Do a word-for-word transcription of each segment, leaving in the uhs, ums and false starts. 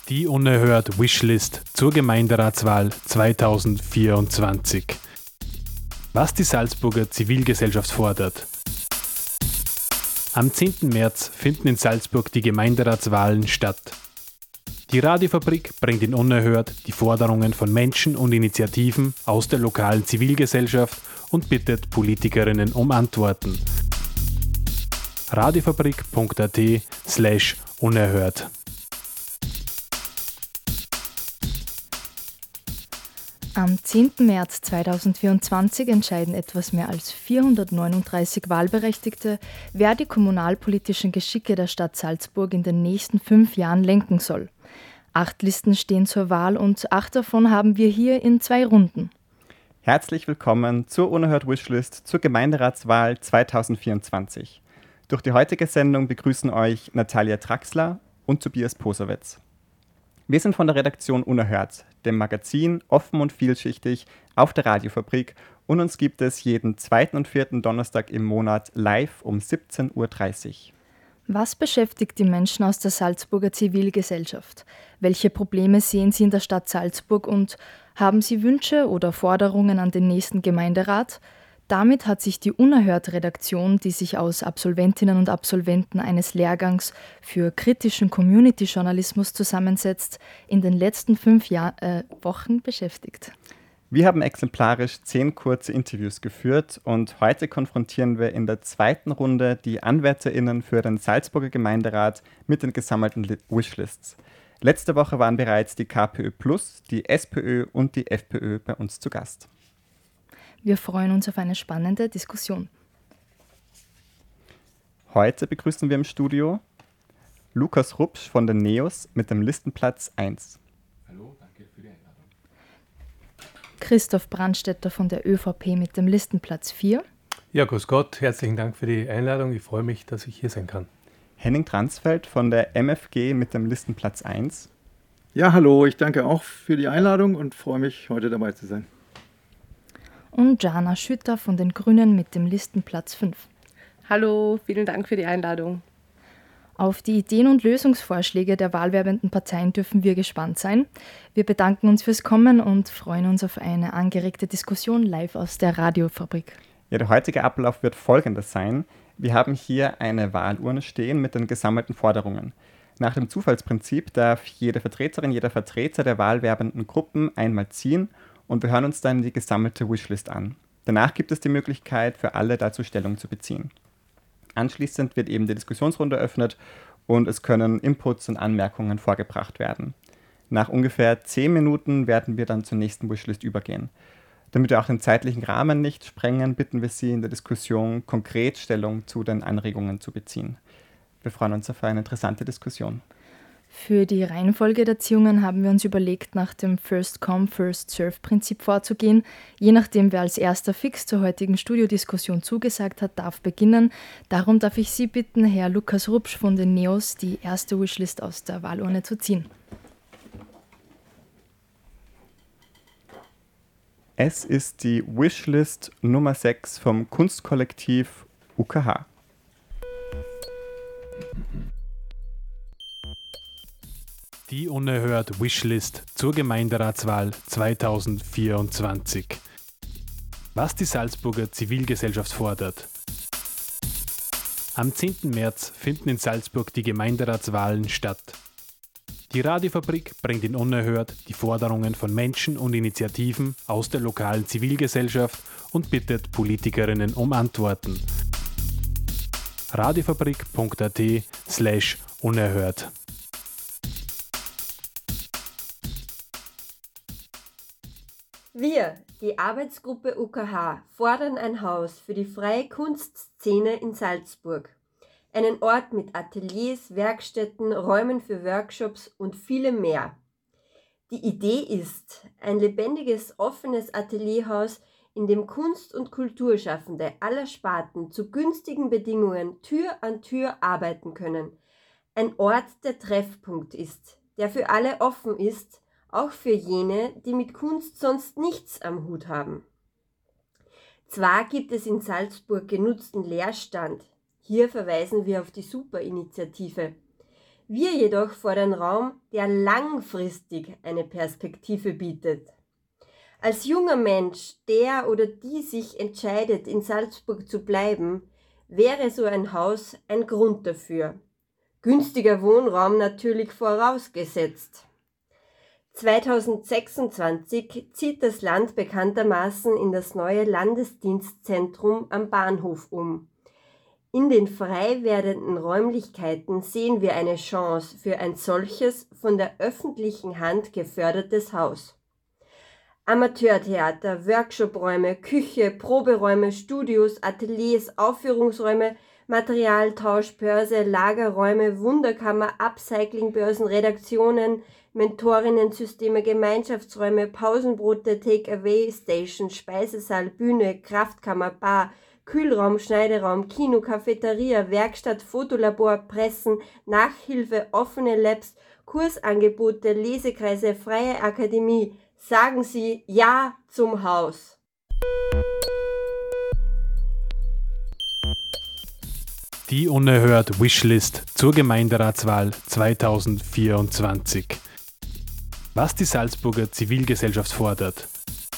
Die Unerhört Wishlist zur Gemeinderatswahl zweitausendvierundzwanzig. Was die Salzburger Zivilgesellschaft fordert. Am zehnten März finden in Salzburg die Gemeinderatswahlen statt. Die Radiofabrik bringt in Unerhört die Forderungen von Menschen und Initiativen aus der lokalen Zivilgesellschaft und bittet Politikerinnen um Antworten. radiofabrik.at slash unerhört. Am zehnten März zweitausendvierundzwanzig entscheiden etwas mehr als vierhundertneununddreißig Wahlberechtigte, wer die kommunalpolitischen Geschicke der Stadt Salzburg in den nächsten fünf Jahren lenken soll. Acht Listen stehen zur Wahl und acht davon haben wir hier in zwei Runden. Herzlich willkommen zur Unerhört Wishlist zur Gemeinderatswahl zweitausendvierundzwanzig. Durch die heutige Sendung begrüßen euch Natalia Traxler und Tobias Posowitz. Wir sind von der Redaktion Unerhört, dem Magazin offen und vielschichtig auf der Radiofabrik, und uns gibt es jeden zweiten und vierten Donnerstag im Monat live um siebzehn Uhr dreißig. Was beschäftigt die Menschen aus der Salzburger Zivilgesellschaft? Welche Probleme sehen sie in der Stadt Salzburg und haben sie Wünsche oder Forderungen an den nächsten Gemeinderat? Damit hat sich die Unerhört-Redaktion, die sich aus Absolventinnen und Absolventen eines Lehrgangs für kritischen Community-Journalismus zusammensetzt, in den letzten fünf Jahr, äh, Wochen beschäftigt. Wir haben exemplarisch zehn kurze Interviews geführt und heute konfrontieren wir in der zweiten Runde die AnwärterInnen für den Salzburger Gemeinderat mit den gesammelten Wishlists. Letzte Woche waren bereits die KPÖ Plus, die SPÖ und die FPÖ bei uns zu Gast. Wir freuen uns auf eine spannende Diskussion. Heute begrüßen wir im Studio Lukas Rupsch von den Neos mit dem Listenplatz eins. Hallo, danke für die Einladung. Christoph Brandstätter von der ÖVP mit dem Listenplatz vier. Ja, grüß Gott, herzlichen Dank für die Einladung. Ich freue mich, dass ich hier sein kann. Henning Transfeld von der M F G mit dem Listenplatz eins. Ja, hallo, ich danke auch für die Einladung und freue mich, heute dabei zu sein. Und Jana Schütter von den Grünen mit dem Listenplatz fünf. Hallo, vielen Dank für die Einladung. Auf die Ideen und Lösungsvorschläge der wahlwerbenden Parteien dürfen wir gespannt sein. Wir bedanken uns fürs Kommen und freuen uns auf eine angeregte Diskussion live aus der Radiofabrik. Ja, der heutige Ablauf wird folgendes sein. Wir haben hier eine Wahlurne stehen mit den gesammelten Forderungen. Nach dem Zufallsprinzip darf jede Vertreterin, jeder Vertreter der wahlwerbenden Gruppen einmal ziehen und wir hören uns dann die gesammelte Wishlist an. Danach gibt es die Möglichkeit für alle dazu Stellung zu beziehen. Anschließend wird eben die Diskussionsrunde eröffnet und es können Inputs und Anmerkungen vorgebracht werden. Nach ungefähr zehn Minuten werden wir dann zur nächsten Wishlist übergehen. Damit wir auch den zeitlichen Rahmen nicht sprengen, bitten wir Sie in der Diskussion konkret Stellung zu den Anregungen zu beziehen. Wir freuen uns auf eine interessante Diskussion. Für die Reihenfolge der Ziehungen haben wir uns überlegt, nach dem First-Come, First-Serve-Prinzip vorzugehen. Je nachdem, wer als erster fix zur heutigen Studiodiskussion zugesagt hat, darf beginnen. Darum darf ich Sie bitten, Herr Lukas Rupsch von den Neos, die erste Wishlist aus der Wahlurne zu ziehen. Es ist die Wishlist Nummer sechs vom Kunstkollektiv U K H. Die Unerhört Wishlist zur Gemeinderatswahl zweitausendvierundzwanzig. Was die Salzburger Zivilgesellschaft fordert. Am zehnten März finden in Salzburg die Gemeinderatswahlen statt. Die Radiofabrik bringt in Unerhört die Forderungen von Menschen und Initiativen aus der lokalen Zivilgesellschaft und bittet Politikerinnen um Antworten. radiofabrik.at slash unerhört. Wir, die Arbeitsgruppe U K H, fordern ein Haus für die freie Kunstszene in Salzburg. Einen Ort mit Ateliers, Werkstätten, Räumen für Workshops und vielem mehr. Die Idee ist ein lebendiges, offenes Atelierhaus, in dem Kunst- und Kulturschaffende aller Sparten zu günstigen Bedingungen Tür an Tür arbeiten können. Ein Ort, der Treffpunkt ist, der für alle offen ist, auch für jene, die mit Kunst sonst nichts am Hut haben. Zwar gibt es in Salzburg genutzten Leerstand, hier verweisen wir auf die Super-Initiative. Wir jedoch fordern Raum, der langfristig eine Perspektive bietet. Als junger Mensch, der oder die sich entscheidet, in Salzburg zu bleiben, wäre so ein Haus ein Grund dafür. Günstiger Wohnraum natürlich vorausgesetzt. zweitausendsechsundzwanzig zieht das Land bekanntermaßen in das neue Landesdienstzentrum am Bahnhof um. In den frei werdenden Räumlichkeiten sehen wir eine Chance für ein solches von der öffentlichen Hand gefördertes Haus. Amateurtheater, Workshopräume, Küche, Proberäume, Studios, Ateliers, Aufführungsräume, Materialtauschbörse, Lagerräume, Wunderkammer, Upcyclingbörsen, Redaktionen, Mentorinnensysteme, Gemeinschaftsräume, Pausenbrote, Take-Away-Station, Speisesaal, Bühne, Kraftkammer, Bar, Kühlraum, Schneideraum, Kino, Cafeteria, Werkstatt, Fotolabor, Pressen, Nachhilfe, offene Labs, Kursangebote, Lesekreise, freie Akademie. Sagen Sie Ja zum Haus. Die unerhört Wishlist zur Gemeinderatswahl zweitausendvierundzwanzig. Was die Salzburger Zivilgesellschaft fordert.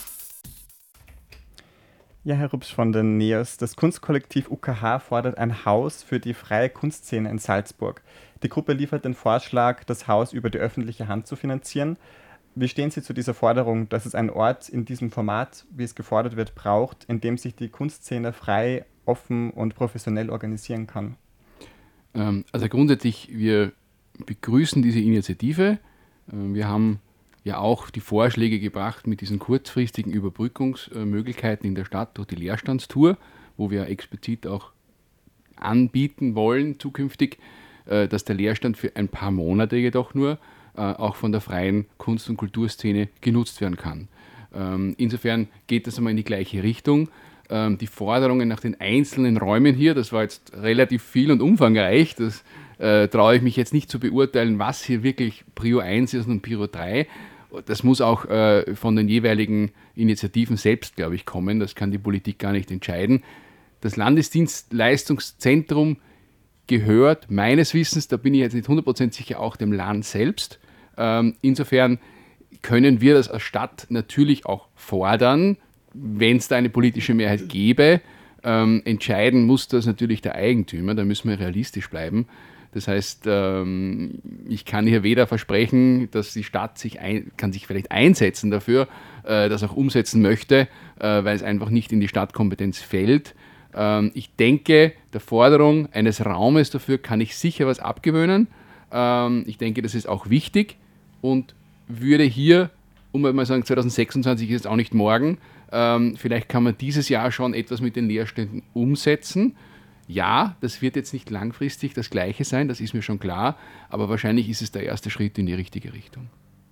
Ja, Herr Rupsch von den Neos, das Kunstkollektiv U K H fordert ein Haus für die freie Kunstszene in Salzburg. Die Gruppe liefert den Vorschlag, das Haus über die öffentliche Hand zu finanzieren. Wie stehen Sie zu dieser Forderung, dass es einen Ort in diesem Format, wie es gefordert wird, braucht, in dem sich die Kunstszene frei, offen und professionell organisieren kann? Ähm, also grundsätzlich, wir begrüßen diese Initiative. Ähm, wir haben ja auch die Vorschläge gebracht mit diesen kurzfristigen Überbrückungsmöglichkeiten in der Stadt durch die Leerstandstour, wo wir explizit auch anbieten wollen zukünftig, äh, dass der Leerstand für ein paar Monate jedoch nur auch von der freien Kunst- und Kulturszene genutzt werden kann. Ähm, insofern geht das einmal in die gleiche Richtung. Ähm, die Forderungen nach den einzelnen Räumen hier, das war jetzt relativ viel und umfangreich, das äh, traue ich mich jetzt nicht zu beurteilen, was hier wirklich Prio eins ist und Prio drei. Das muss auch äh, von den jeweiligen Initiativen selbst, glaube ich, kommen. Das kann die Politik gar nicht entscheiden. Das Landesdienstleistungszentrum gehört meines Wissens, da bin ich jetzt nicht hundert Prozent sicher, auch dem Land selbst. Ähm, insofern können wir das als Stadt natürlich auch fordern, wenn es da eine politische Mehrheit gäbe. Ähm, entscheiden muss das natürlich der Eigentümer, da müssen wir realistisch bleiben. Das heißt, ähm, ich kann hier weder versprechen, dass die Stadt sich ein, kann sich vielleicht einsetzen dafür, äh, das auch umsetzen möchte, äh, weil es einfach nicht in die Stadtkompetenz fällt. Ähm, ich denke, der Forderung eines Raumes dafür kann ich sicher was abgewöhnen. Ähm, ich denke, das ist auch wichtig und würde hier, um mal sagen, zweitausendsechsundzwanzig ist auch nicht morgen, ähm, vielleicht kann man dieses Jahr schon etwas mit den Leerständen umsetzen. Ja, das wird jetzt nicht langfristig das Gleiche sein, das ist mir schon klar, aber wahrscheinlich ist es der erste Schritt in die richtige Richtung.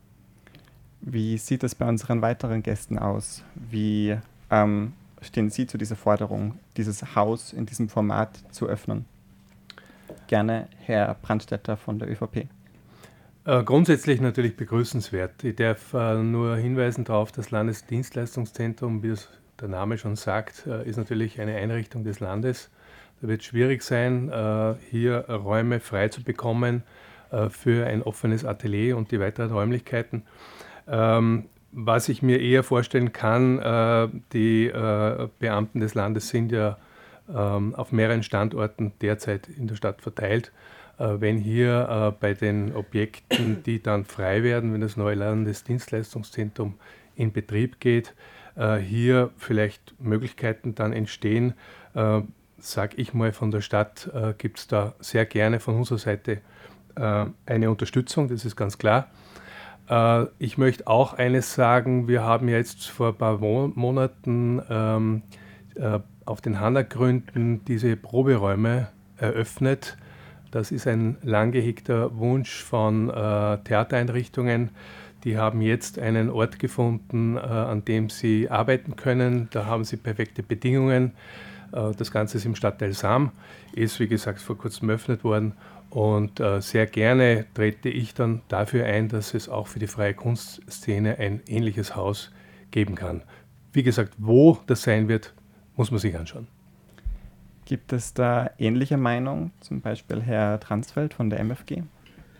Wie sieht es bei unseren weiteren Gästen aus? Wie ähm, stehen Sie zu dieser Forderung, dieses Haus in diesem Format zu öffnen? Gerne Herr Brandstätter von der ÖVP. Äh, grundsätzlich natürlich begrüßenswert. Ich darf äh, nur hinweisen darauf, das Landesdienstleistungszentrum, wie das der Name schon sagt, äh, ist natürlich eine Einrichtung des Landes. Da wird es schwierig sein, äh, hier Räume frei zu bekommen äh, für ein offenes Atelier und die weiteren Räumlichkeiten. Ähm, was ich mir eher vorstellen kann, äh, die äh, Beamten des Landes sind ja ähm, auf mehreren Standorten derzeit in der Stadt verteilt. Wenn hier äh, bei den Objekten, die dann frei werden, wenn das neue Landesdienstleistungszentrum in Betrieb geht, äh, hier vielleicht Möglichkeiten dann entstehen, äh, sage ich mal, von der Stadt äh, gibt es da sehr gerne von unserer Seite äh, eine Unterstützung, das ist ganz klar. Äh, ich möchte auch eines sagen, wir haben jetzt vor ein paar Mo- Monaten ähm, äh, auf den Hanna-Gründen diese Proberäume eröffnet. Das ist ein lang gehegter Wunsch von äh, Theatereinrichtungen. Die haben jetzt einen Ort gefunden, äh, an dem sie arbeiten können. Da haben sie perfekte Bedingungen. Äh, das Ganze ist im Stadtteil Sam, ist wie gesagt vor kurzem eröffnet worden. Und äh, sehr gerne trete ich dann dafür ein, dass es auch für die freie Kunstszene ein ähnliches Haus geben kann. Wie gesagt, wo das sein wird, muss man sich anschauen. Gibt es da ähnliche Meinung, zum Beispiel Herr Transfeld von der M F G?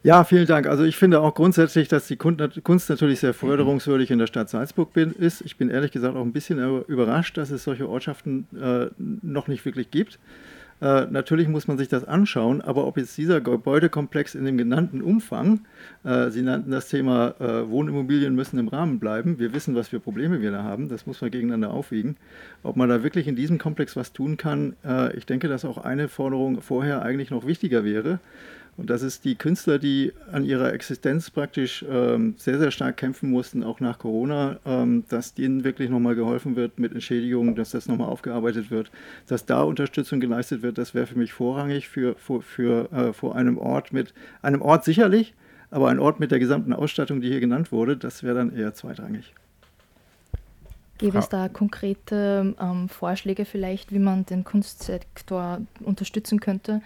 Ja, vielen Dank. Also ich finde auch grundsätzlich, dass die Kunst natürlich sehr förderungswürdig in der Stadt Salzburg ist. Ich bin ehrlich gesagt auch ein bisschen überrascht, dass es solche Ortschaften äh, noch nicht wirklich gibt. Äh, natürlich muss man sich das anschauen, aber ob jetzt dieser Gebäudekomplex in dem genannten Umfang, äh, Sie nannten das Thema äh, Wohnimmobilien müssen im Rahmen bleiben, wir wissen, was für Probleme wir da haben, das muss man gegeneinander aufwiegen, ob man da wirklich in diesem Komplex was tun kann, äh, ich denke, dass auch eine Forderung vorher eigentlich noch wichtiger wäre. Und das ist die Künstler, die an ihrer Existenz praktisch ähm, sehr, sehr stark kämpfen mussten, auch nach Corona, ähm, dass denen wirklich nochmal geholfen wird mit Entschädigungen, dass das nochmal aufgearbeitet wird, dass da Unterstützung geleistet wird. Das wäre für mich vorrangig für, für, für äh, vor einem Ort mit, einem Ort sicherlich, aber ein Ort mit der gesamten Ausstattung, die hier genannt wurde, das wäre dann eher zweitrangig. Gäbe es da konkrete ähm, Vorschläge vielleicht, wie man den Kunstsektor unterstützen könnte?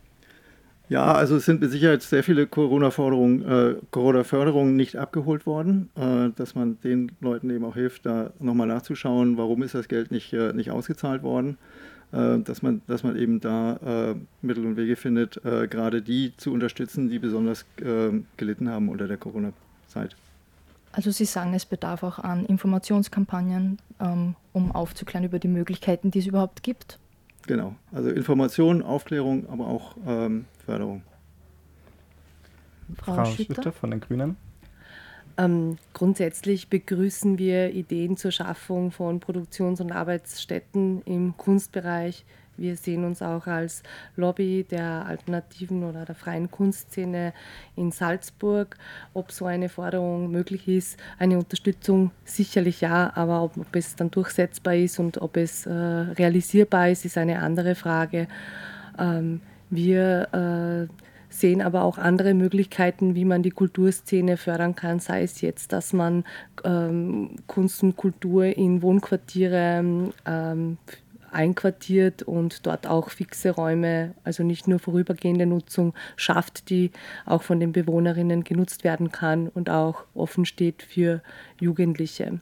Ja, also es sind mit Sicherheit sehr viele Corona-Forderungen, äh, Corona-Förderungen nicht abgeholt worden, äh, dass man den Leuten eben auch hilft, da nochmal nachzuschauen, warum ist das Geld nicht, äh, nicht ausgezahlt worden, äh, dass man, dass man eben da äh, Mittel und Wege findet, äh, gerade die zu unterstützen, die besonders äh, gelitten haben unter der Corona-Zeit. Also Sie sagen, es bedarf auch an Informationskampagnen, ähm, um aufzuklären über die Möglichkeiten, die es überhaupt gibt? Genau, also Information, Aufklärung, aber auch ähm, Förderung. Frau, Frau Schütter? Schütter von den Grünen. Ähm, grundsätzlich begrüßen wir Ideen zur Schaffung von Produktions- und Arbeitsstätten im Kunstbereich. Wir sehen uns auch als Lobby der alternativen oder der freien Kunstszene in Salzburg. Ob so eine Forderung möglich ist, eine Unterstützung sicherlich ja, aber ob, ob es dann durchsetzbar ist und ob es äh, realisierbar ist, ist eine andere Frage. Ähm, wir äh, sehen aber auch andere Möglichkeiten, wie man die Kulturszene fördern kann, sei es jetzt, dass man ähm, Kunst und Kultur in Wohnquartiere ähm, einquartiert und dort auch fixe Räume, also nicht nur vorübergehende Nutzung schafft, die auch von den Bewohnerinnen genutzt werden kann und auch offen steht für Jugendliche.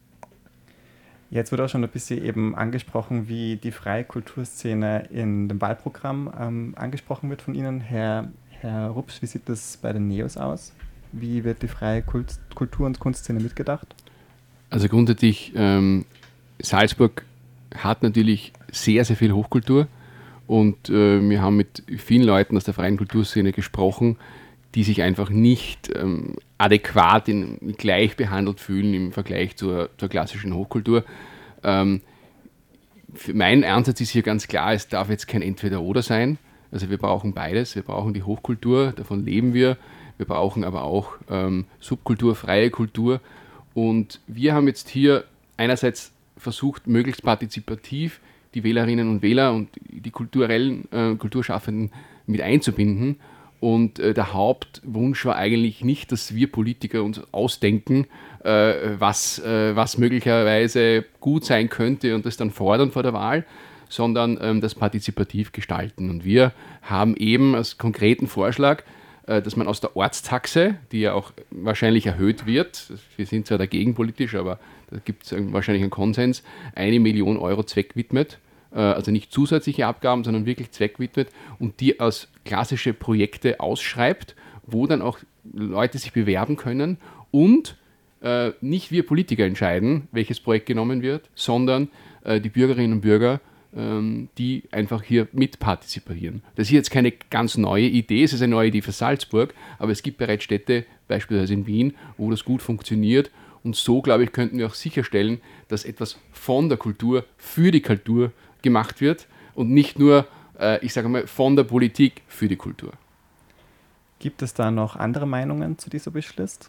Jetzt wurde auch schon ein bisschen eben angesprochen, wie die freie Kulturszene in dem Wahlprogramm ähm, angesprochen wird von Ihnen. Herr, Herr Rupsch, wie sieht das bei den Neos aus? Wie wird die freie Kult- Kultur- und Kunstszene mitgedacht? Also grundsätzlich, ähm, Salzburg hat natürlich sehr, sehr viel Hochkultur und äh, wir haben mit vielen Leuten aus der freien Kulturszene gesprochen, die sich einfach nicht ähm, adäquat in, gleich behandelt fühlen im Vergleich zur, zur klassischen Hochkultur. Ähm, mein Ansatz ist hier ganz klar, es darf jetzt kein Entweder-Oder sein. Also wir brauchen beides, wir brauchen die Hochkultur, davon leben wir, wir brauchen aber auch ähm, Subkultur, freie Kultur und wir haben jetzt hier einerseits versucht, möglichst partizipativ die Wählerinnen und Wähler und die kulturellen, äh, Kulturschaffenden mit einzubinden. Und äh, der Hauptwunsch war eigentlich nicht, dass wir Politiker uns ausdenken, äh, was, äh, was möglicherweise gut sein könnte und das dann fordern vor der Wahl, sondern ähm, das partizipativ gestalten. Und wir haben eben als konkreten Vorschlag, äh, dass man aus der Ortstaxe, die ja auch wahrscheinlich erhöht wird, wir sind zwar dagegen politisch, aber da gibt es wahrscheinlich einen Konsens, eine Million Euro zweckwidmet, äh, also nicht zusätzliche Abgaben, sondern wirklich zweckwidmet und die als klassische Projekte ausschreibt, wo dann auch Leute sich bewerben können und äh, nicht wir Politiker entscheiden, welches Projekt genommen wird, sondern äh, die Bürgerinnen und Bürger, ähm, die einfach hier mitpartizipieren. Das ist jetzt keine ganz neue Idee, es ist eine neue Idee für Salzburg, aber es gibt bereits Städte, beispielsweise in Wien, wo das gut funktioniert. Und so, glaube ich, könnten wir auch sicherstellen, dass etwas von der Kultur für die Kultur gemacht wird und nicht nur, äh, ich sage mal, von der Politik für die Kultur. Gibt es da noch andere Meinungen zu dieser Wishlist?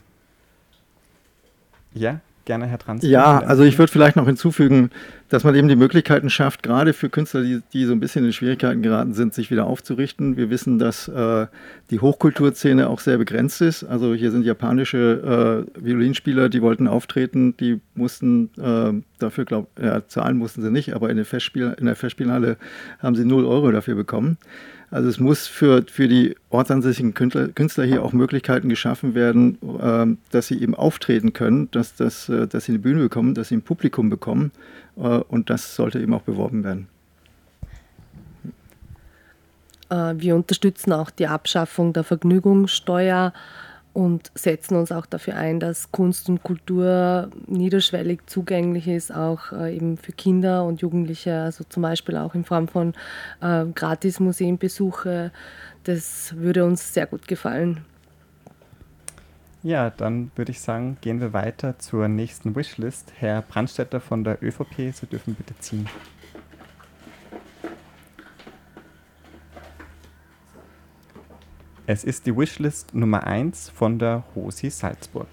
Ja, gerne, Herr Trans. Ja, also ich würde vielleicht noch hinzufügen, dass man eben die Möglichkeiten schafft, gerade für Künstler, die, die so ein bisschen in Schwierigkeiten geraten sind, sich wieder aufzurichten. Wir wissen, dass äh, die Hochkulturszene auch sehr begrenzt ist. Also hier sind japanische äh, Violinspieler, die wollten auftreten, die mussten äh, dafür, glaube ich, ja, zahlen mussten sie nicht, aber in der, Festspiel, in der Festspielhalle haben sie null Euro dafür bekommen. Also es muss für, für die ortsansässigen Künstler, Künstler hier auch Möglichkeiten geschaffen werden, äh, dass sie eben auftreten können, dass, dass, äh, dass sie eine Bühne bekommen, dass sie ein Publikum bekommen äh, und das sollte eben auch beworben werden. Wir unterstützen auch die Abschaffung der Vergnügungssteuer und setzen uns auch dafür ein, dass Kunst und Kultur niederschwellig zugänglich ist, auch eben für Kinder und Jugendliche, also zum Beispiel auch in Form von äh, Gratis-Museenbesuche. Das würde uns sehr gut gefallen. Ja, dann würde ich sagen, gehen wir weiter zur nächsten Wishlist. Herr Brandstätter von der ÖVP, Sie dürfen bitte ziehen. Es ist die Wishlist Nummer eins von der Hosi Salzburg.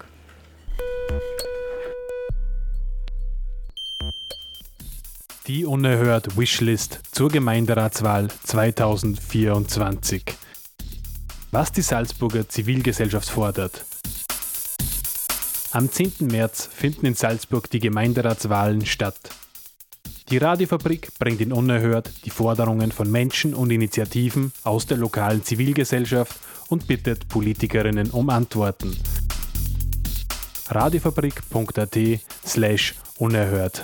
Die unerhört Wishlist zur Gemeinderatswahl zweitausendvierundzwanzig. Was die Salzburger Zivilgesellschaft fordert. Am zehnten März finden in Salzburg die Gemeinderatswahlen statt. Die Radiofabrik bringt in Unerhört die Forderungen von Menschen und Initiativen aus der lokalen Zivilgesellschaft und bittet Politikerinnen um Antworten. radiofabrik.at slash unerhört.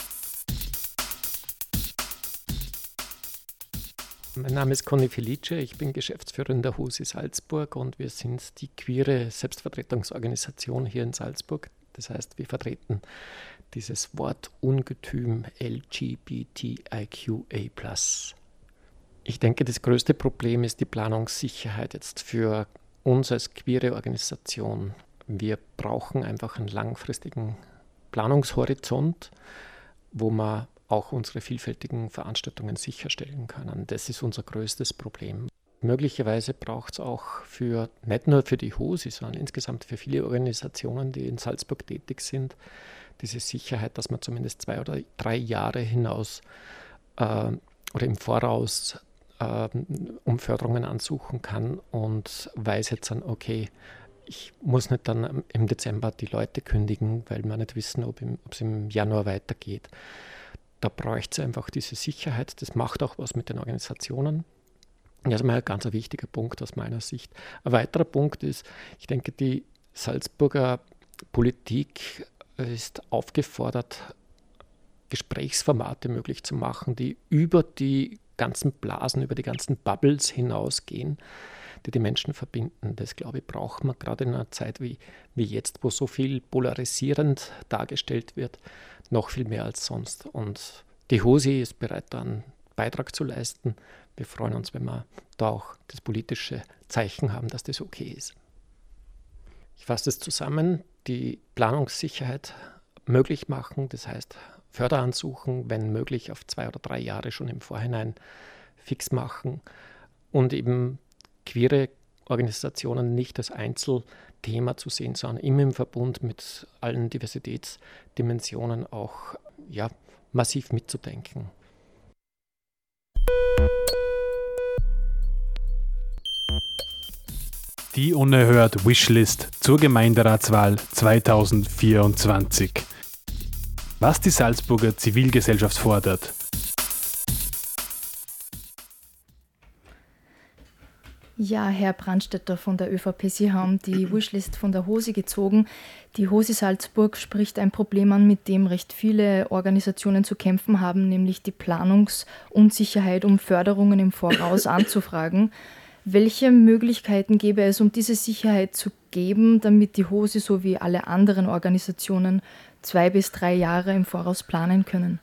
Mein Name ist Conny Felice, ich bin Geschäftsführerin der Hosi Salzburg und wir sind die queere Selbstvertretungsorganisation hier in Salzburg. Das heißt, wir vertreten dieses Wort Ungetüm L G B T I Q A plus. Ich denke, das größte Problem ist die Planungssicherheit jetzt für uns als queere Organisation. Wir brauchen einfach einen langfristigen Planungshorizont, wo man auch unsere vielfältigen Veranstaltungen sicherstellen können. Das ist unser größtes Problem. Möglicherweise braucht es auch für, nicht nur für die Hosi, sondern insgesamt für viele Organisationen, die in Salzburg tätig sind, diese Sicherheit, dass man zumindest zwei oder drei Jahre hinaus äh, oder im Voraus äh, um Förderungen ansuchen kann und weiß jetzt dann, okay, ich muss nicht dann im Dezember die Leute kündigen, weil wir nicht wissen, ob es im Januar weitergeht. Da bräuchte es einfach diese Sicherheit. Das macht auch was mit den Organisationen. Das ist mal ein ganz wichtiger Punkt aus meiner Sicht. Ein weiterer Punkt ist, ich denke, die Salzburger Politik ist aufgefordert, Gesprächsformate möglich zu machen, die über die ganzen Blasen, über die ganzen Bubbles hinausgehen, die die Menschen verbinden. Das, glaube ich, braucht man gerade in einer Zeit wie, wie jetzt, wo so viel polarisierend dargestellt wird, noch viel mehr als sonst. Und die Hosi ist bereit, da einen Beitrag zu leisten. Wir freuen uns, wenn wir da auch das politische Zeichen haben, dass das okay ist. Ich fasse es zusammen, die Planungssicherheit möglich machen, das heißt Förderansuchen, wenn möglich, auf zwei oder drei Jahre schon im Vorhinein fix machen und eben queere Organisationen nicht als Einzelthema zu sehen, sondern immer im Verbund mit allen Diversitätsdimensionen auch ja, massiv mitzudenken. Die unerhört Wishlist zur Gemeinderatswahl zweitausendvierundzwanzig. Was die Salzburger Zivilgesellschaft fordert. Ja, Herr Brandstätter von der ÖVP, Sie haben die Wishlist von der Hosi gezogen. Die Hosi Salzburg spricht ein Problem an, mit dem recht viele Organisationen zu kämpfen haben, nämlich die Planungsunsicherheit, um Förderungen im Voraus anzufragen. Welche Möglichkeiten gäbe es, um diese Sicherheit zu geben, damit die Hosi sowie alle anderen Organisationen zwei bis drei Jahre im Voraus planen können?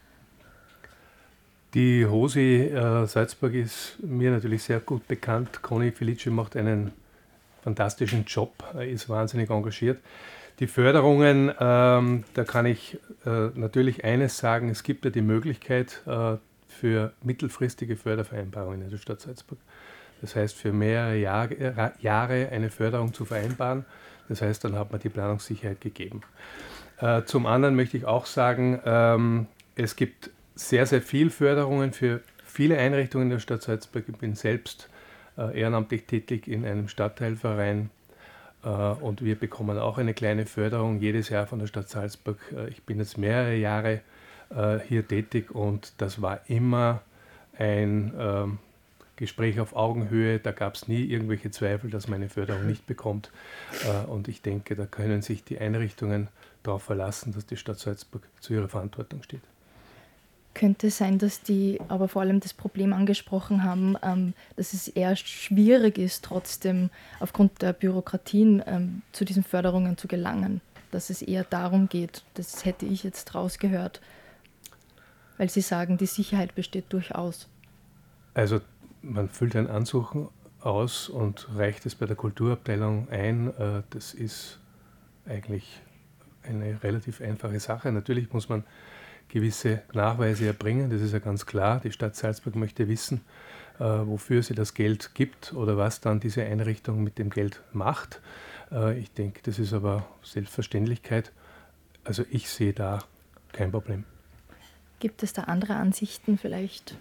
Die Hosi äh, Salzburg ist mir natürlich sehr gut bekannt. Conny Felice macht einen fantastischen Job, ist wahnsinnig engagiert. Die Förderungen, ähm, da kann ich äh, natürlich eines sagen, es gibt ja die Möglichkeit äh, für mittelfristige Fördervereinbarungen in der Stadt Salzburg. Das heißt, für mehrere Jahr, äh, Jahre eine Förderung zu vereinbaren. Das heißt, dann hat man die Planungssicherheit gegeben. Äh, zum anderen möchte ich auch sagen, ähm, es gibt sehr, sehr viel Förderungen für viele Einrichtungen in der Stadt Salzburg. Ich bin selbst äh, ehrenamtlich tätig in einem Stadtteilverein äh, und wir bekommen auch eine kleine Förderung jedes Jahr von der Stadt Salzburg. Äh, ich bin jetzt mehrere Jahre äh, hier tätig und das war immer ein äh, Gespräch auf Augenhöhe. Da gab es nie irgendwelche Zweifel, dass man eine Förderung nicht bekommt. Äh, und ich denke, da können sich die Einrichtungen darauf verlassen, dass die Stadt Salzburg zu ihrer Verantwortung steht. Könnte sein, dass die aber vor allem das Problem angesprochen haben, ähm, dass es eher schwierig ist, trotzdem aufgrund der Bürokratien ähm, zu diesen Förderungen zu gelangen. Dass es eher darum geht. Das hätte ich jetzt rausgehört. Weil Sie sagen, die Sicherheit besteht durchaus. Also man füllt ein Ansuchen aus und reicht es bei der Kulturabteilung ein. Äh, das ist eigentlich eine relativ einfache Sache. Natürlich muss man gewisse Nachweise erbringen, das ist ja ganz klar. Die Stadt Salzburg möchte wissen, äh, wofür sie das Geld gibt oder was dann diese Einrichtung mit dem Geld macht. Äh, ich denke, das ist aber Selbstverständlichkeit. Also ich sehe da kein Problem. Gibt es da andere Ansichten vielleicht?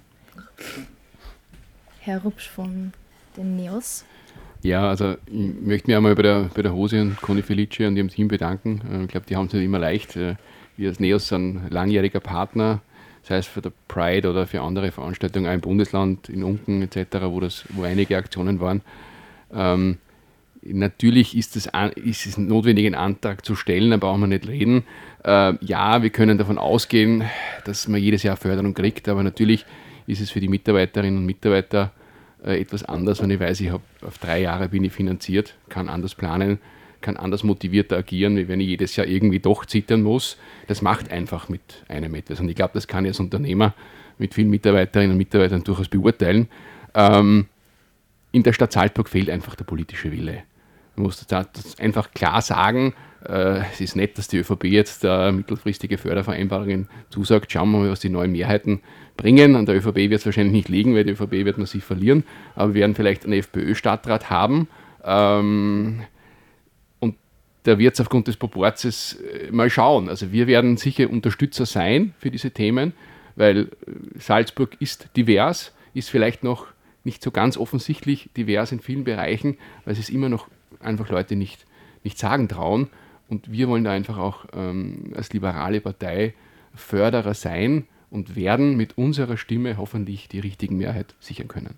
Herr Rupsch von den NEOS? Ja, also ich möchte mich einmal bei der, bei der Hose und Conny Felice und ihrem Team bedanken. Ich glaube, die haben es nicht immer leicht. Wir als NEOS sind langjähriger Partner, sei es für der Pride oder für andere Veranstaltungen, auch im Bundesland, in Unken et cetera, wo, das, wo einige Aktionen waren. Ähm, natürlich ist es, ist es notwendig, einen Antrag zu stellen, da brauchen wir nicht reden. Äh, ja, wir können davon ausgehen, dass man jedes Jahr Förderung kriegt, aber natürlich ist es für die Mitarbeiterinnen und Mitarbeiter äh, etwas anders, wenn ich weiß, ich habe auf drei Jahre bin ich finanziert, kann anders planen, kann anders motivierter agieren, wie wenn ich jedes Jahr irgendwie doch zittern muss. Das macht einfach mit einem etwas. Und ich glaube, das kann ich als Unternehmer mit vielen Mitarbeiterinnen und Mitarbeitern durchaus beurteilen. Ähm, in der Stadt Salzburg fehlt einfach der politische Wille. Man muss das einfach klar sagen. Äh, es ist nett, dass die ÖVP jetzt äh, mittelfristige Fördervereinbarungen zusagt. Schauen wir mal, was die neuen Mehrheiten bringen. An der ÖVP wird es wahrscheinlich nicht liegen, weil die ÖVP wird massiv verlieren. Aber wir werden vielleicht einen FPÖ-Stadtrat haben. Ähm, und da wird es aufgrund des Proporzes äh, mal schauen. Also wir werden sicher Unterstützer sein für diese Themen, weil Salzburg ist divers, ist vielleicht noch nicht so ganz offensichtlich divers in vielen Bereichen, weil es immer noch einfach Leute nicht, nicht sagen trauen. Und wir wollen da einfach auch ähm, als liberale Partei Förderer sein und werden mit unserer Stimme hoffentlich die richtigen Mehrheit sichern können.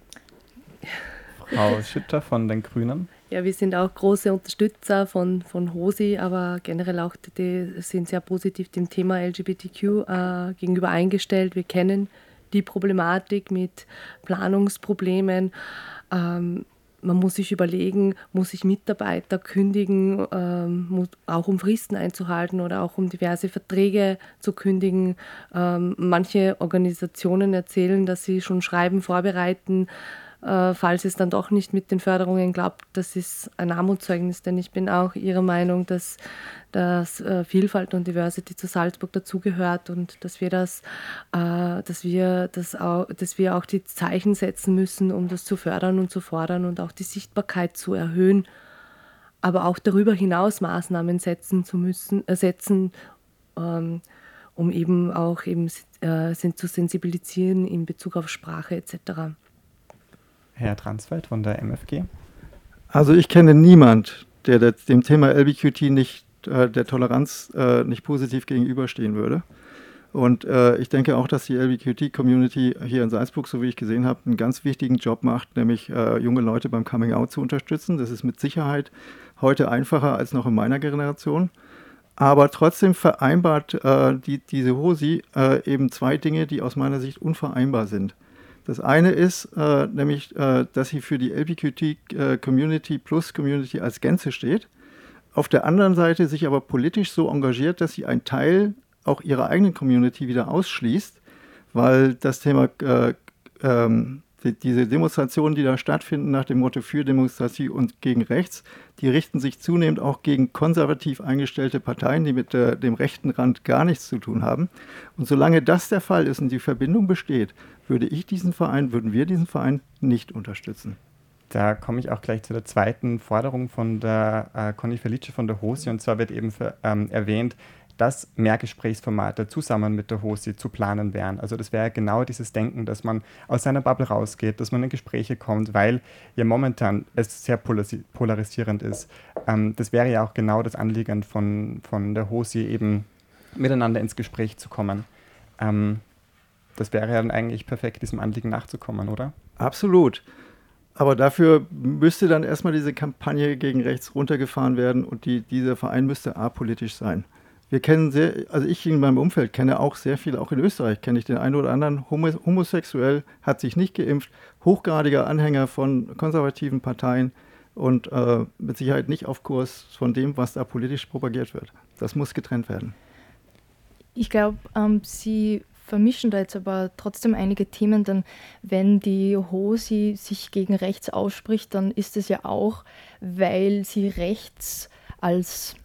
Frau Schütter von den Grünen. Ja, wir sind auch große Unterstützer von, von HOSI, aber generell auch die sind sehr positiv dem Thema L G B T Q äh, gegenüber eingestellt. Wir kennen die Problematik mit Planungsproblemen. Ähm, man muss sich überlegen, muss ich Mitarbeiter kündigen, ähm, muss, auch um Fristen einzuhalten oder auch um diverse Verträge zu kündigen. Ähm, manche Organisationen erzählen, dass sie schon Schreiben vorbereiten, äh, falls es dann doch nicht mit den Förderungen klappt. Das ist ein Armutszeugnis, denn ich bin auch Ihrer Meinung, dass, dass äh, Vielfalt und Diversity zu Salzburg dazugehört und dass wir das, äh, dass wir das auch, dass wir auch die Zeichen setzen müssen, um das zu fördern und zu fordern und auch die Sichtbarkeit zu erhöhen, aber auch darüber hinaus Maßnahmen setzen zu müssen, äh, setzen, ähm, um eben auch eben äh, sind zu sensibilisieren in Bezug auf Sprache et cetera. Herr Dransfeld von der M F G. Also ich kenne niemand, der dem Thema L G B T Q nicht, äh, der Toleranz äh, nicht positiv gegenüberstehen würde. Und äh, ich denke auch, dass die L G B T Q-Community hier in Salzburg, so wie ich gesehen habe, einen ganz wichtigen Job macht, nämlich äh, junge Leute beim Coming-out zu unterstützen. Das ist mit Sicherheit heute einfacher als noch in meiner Generation. Aber trotzdem vereinbart äh, die, diese HOSI äh, eben zwei Dinge, die aus meiner Sicht unvereinbar sind. Das eine ist äh, nämlich, äh, dass sie für die L G B T Q-Community plus Community als Gänze steht. Auf der anderen Seite sich aber politisch so engagiert, dass sie einen Teil auch ihrer eigenen Community wieder ausschließt, weil das Thema, äh, ähm, die, diese Demonstrationen, die da stattfinden nach dem Motto für Demokratie und gegen rechts, die richten sich zunehmend auch gegen konservativ eingestellte Parteien, die mit äh, dem rechten Rand gar nichts zu tun haben. Und solange das der Fall ist und die Verbindung besteht, würde ich diesen Verein, würden wir diesen Verein nicht unterstützen. Da komme ich auch gleich zu der zweiten Forderung von der äh, Conny Felice von der HOSI. Und zwar wird eben für, ähm, erwähnt, dass mehr Gesprächsformate zusammen mit der HOSI zu planen wären. Also das wäre genau dieses Denken, dass man aus seiner Bubble rausgeht, dass man in Gespräche kommt, weil ja momentan es sehr polarisi- polarisierend ist. Ähm, das wäre ja auch genau das Anliegen von, von der HOSI, eben miteinander ins Gespräch zu kommen. Ähm, das wäre ja dann eigentlich perfekt, diesem Anliegen nachzukommen, oder? Absolut. Aber dafür müsste dann erstmal diese Kampagne gegen rechts runtergefahren werden und die, dieser Verein müsste apolitisch sein. Wir kennen sehr, also ich in meinem Umfeld kenne auch sehr viele, auch in Österreich kenne ich den einen oder anderen homo, homosexuell, hat sich nicht geimpft, hochgradiger Anhänger von konservativen Parteien und äh, mit Sicherheit nicht auf Kurs von dem, was da politisch propagiert wird. Das muss getrennt werden. Ich glaube, ähm, Sie vermischen da jetzt aber trotzdem einige Themen, denn wenn die HOSI sich gegen rechts ausspricht, dann ist es ja auch, weil sie rechts als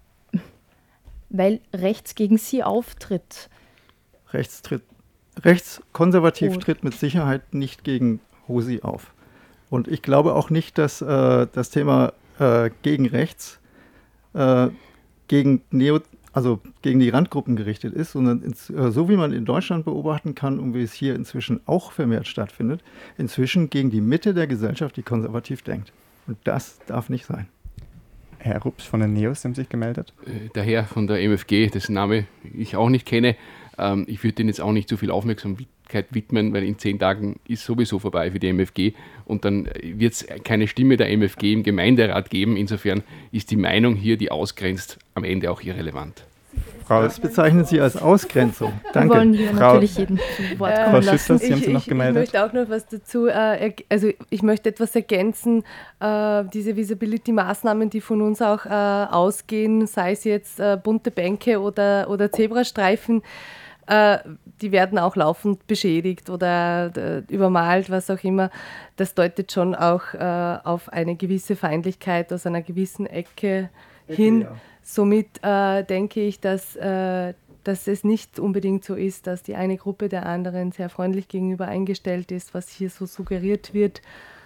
weil rechts gegen sie auftritt. Rechts tritt, rechtskonservativ oh. tritt mit Sicherheit nicht gegen HOSI auf. Und ich glaube auch nicht, dass äh, das Thema äh, gegen rechts äh, gegen Neo, also gegen die Randgruppen gerichtet ist, sondern ins, äh, so wie man in Deutschland beobachten kann und wie es hier inzwischen auch vermehrt stattfindet, inzwischen gegen die Mitte der Gesellschaft, die konservativ denkt. Und das darf nicht sein. Herr Rupsch von den Neos haben sich gemeldet. Der Herr von der M F G, dessen Name ich auch nicht kenne, ähm, ich würde Ihnen jetzt auch nicht so viel Aufmerksamkeit widmen, weil in zehn Tagen ist sowieso vorbei für die M F G und dann wird es keine Stimme der M F G im Gemeinderat geben. Insofern ist die Meinung hier, die ausgrenzt, am Ende auch irrelevant. Frau, das bezeichnen Sie als Ausgrenzung. Danke. Wir wollen hier Frau, natürlich jeden zu Wort kommen Frau lassen. Schütters, Sie haben sich noch gemeldet. Ich möchte auch noch was dazu, äh, also ich möchte etwas ergänzen, äh, diese Visibility-Maßnahmen, die von uns auch äh, ausgehen, sei es jetzt äh, bunte Bänke oder, oder Zebrastreifen, äh, die werden auch laufend beschädigt oder äh, übermalt, was auch immer. Das deutet schon auch äh, auf eine gewisse Feindlichkeit aus einer gewissen Ecke hin. Ja. Somit äh, denke ich, dass, äh, dass es nicht unbedingt so ist, dass die eine Gruppe der anderen sehr freundlich gegenüber eingestellt ist, was hier so suggeriert wird.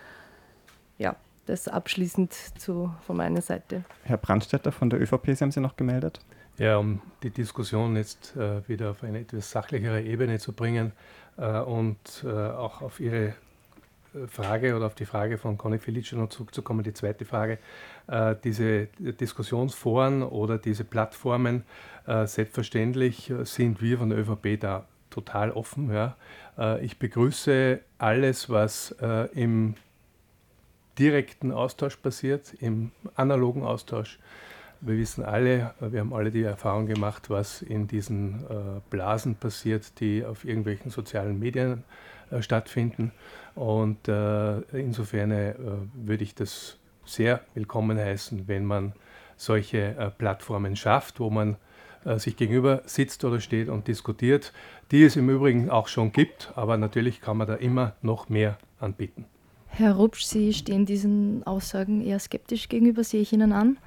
Ja, das abschließend zu, von meiner Seite. Herr Brandstätter von der ÖVP, Sie haben sich noch gemeldet. Ja, um die Diskussion jetzt äh, wieder auf eine etwas sachlichere Ebene zu bringen äh, und äh, auch auf Ihre Frage oder auf die Frage von Conny Felice noch zurückzukommen, die zweite Frage, äh, diese Diskussionsforen oder diese Plattformen, äh, selbstverständlich sind wir von der ÖVP da total offen. Ja. Äh, ich begrüße alles, was äh, im direkten Austausch passiert, im analogen Austausch. Wir wissen alle, wir haben alle die Erfahrung gemacht, was in diesen äh, Blasen passiert, die auf irgendwelchen sozialen Medien äh, stattfinden. Und äh, insofern äh, würde ich das sehr willkommen heißen, wenn man solche äh, Plattformen schafft, wo man äh, sich gegenüber sitzt oder steht und diskutiert, die es im Übrigen auch schon gibt, aber natürlich kann man da immer noch mehr anbieten. Herr Rupsch, Sie stehen diesen Aussagen eher skeptisch gegenüber, sehe ich Ihnen an?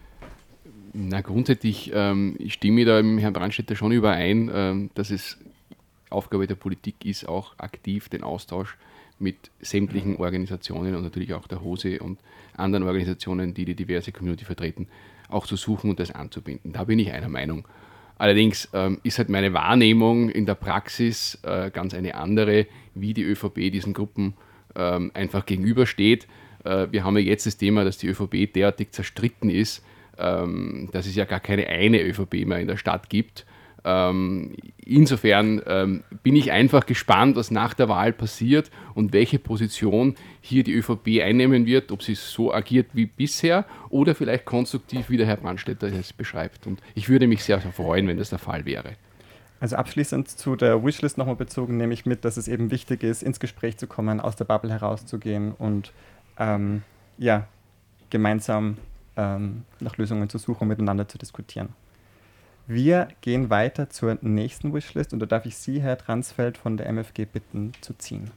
Na, grundsätzlich ähm, ich stimme da mit Herrn Brandstätter schon überein, ähm, dass es Aufgabe der Politik ist, auch aktiv den Austausch mit sämtlichen Organisationen und natürlich auch der HOSI und anderen Organisationen, die die diverse Community vertreten, auch zu suchen und das anzubinden. Da bin ich einer Meinung. Allerdings ähm, ist halt meine Wahrnehmung in der Praxis äh, ganz eine andere, wie die ÖVP diesen Gruppen ähm, einfach gegenübersteht. Äh, wir haben ja jetzt das Thema, dass die ÖVP derartig zerstritten ist, ähm, dass es ja gar keine eine ÖVP mehr in der Stadt gibt. Ähm, insofern ähm, bin ich einfach gespannt, was nach der Wahl passiert und welche Position hier die ÖVP einnehmen wird, ob sie so agiert wie bisher oder vielleicht konstruktiv, wie der Herr Brandstätter es beschreibt. Und ich würde mich sehr, sehr freuen, wenn das der Fall wäre. Also abschließend zu der Wishlist nochmal bezogen, nehme ich mit, dass es eben wichtig ist, ins Gespräch zu kommen, aus der Bubble herauszugehen und ähm, ja, gemeinsam ähm, nach Lösungen zu suchen und miteinander zu diskutieren. Wir gehen weiter zur nächsten Wishlist und da darf ich Sie, Herr Dransfeld von der M F G, bitten zu ziehen.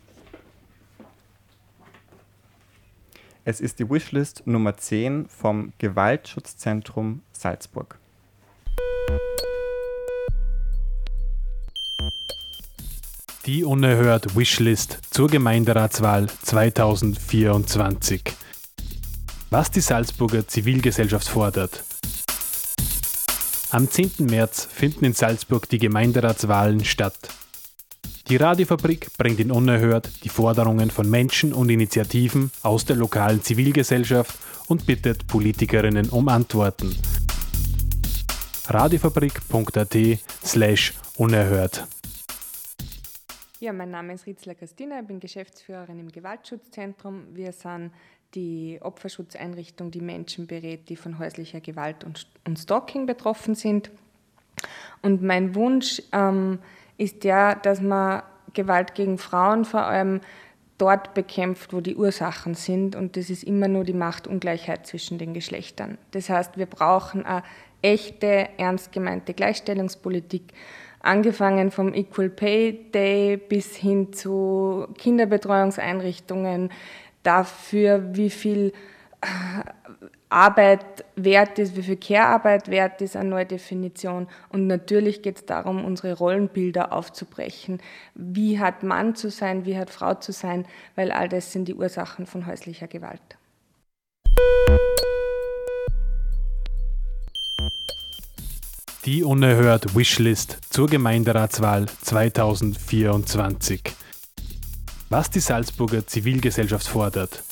Es ist die Wishlist Nummer zehn vom Gewaltschutzzentrum Salzburg. Die unerhört Wishlist zur Gemeinderatswahl zweitausendvierundzwanzig. Was die Salzburger Zivilgesellschaft fordert. Am zehnten März finden in Salzburg die Gemeinderatswahlen statt. Die Radiofabrik bringt in Unerhört die Forderungen von Menschen und Initiativen aus der lokalen Zivilgesellschaft und bittet Politikerinnen um Antworten. radiofabrik.at slash unerhört. Ja, mein Name ist Ritzler Christina, ich bin Geschäftsführerin im Gewaltschutzzentrum. Wir sind die Opferschutzeinrichtung, die Menschen berät, die von häuslicher Gewalt und, und Stalking betroffen sind. Und mein Wunsch ähm, ist ja, dass man Gewalt gegen Frauen vor allem dort bekämpft, wo die Ursachen sind, und das ist immer nur die Machtungleichheit zwischen den Geschlechtern. Das heißt, wir brauchen eine echte, ernst gemeinte Gleichstellungspolitik, angefangen vom Equal Pay Day bis hin zu Kinderbetreuungseinrichtungen, dafür, wie viel Arbeit wert ist, wie viel Care-Arbeit wert ist, eine neue Definition. Und natürlich geht es darum, unsere Rollenbilder aufzubrechen. Wie hat Mann zu sein, wie hat Frau zu sein, weil all das sind die Ursachen von häuslicher Gewalt. Die unerhört Wishlist zur Gemeinderatswahl zweitausendvierundzwanzig. Was die Salzburger Zivilgesellschaft fordert.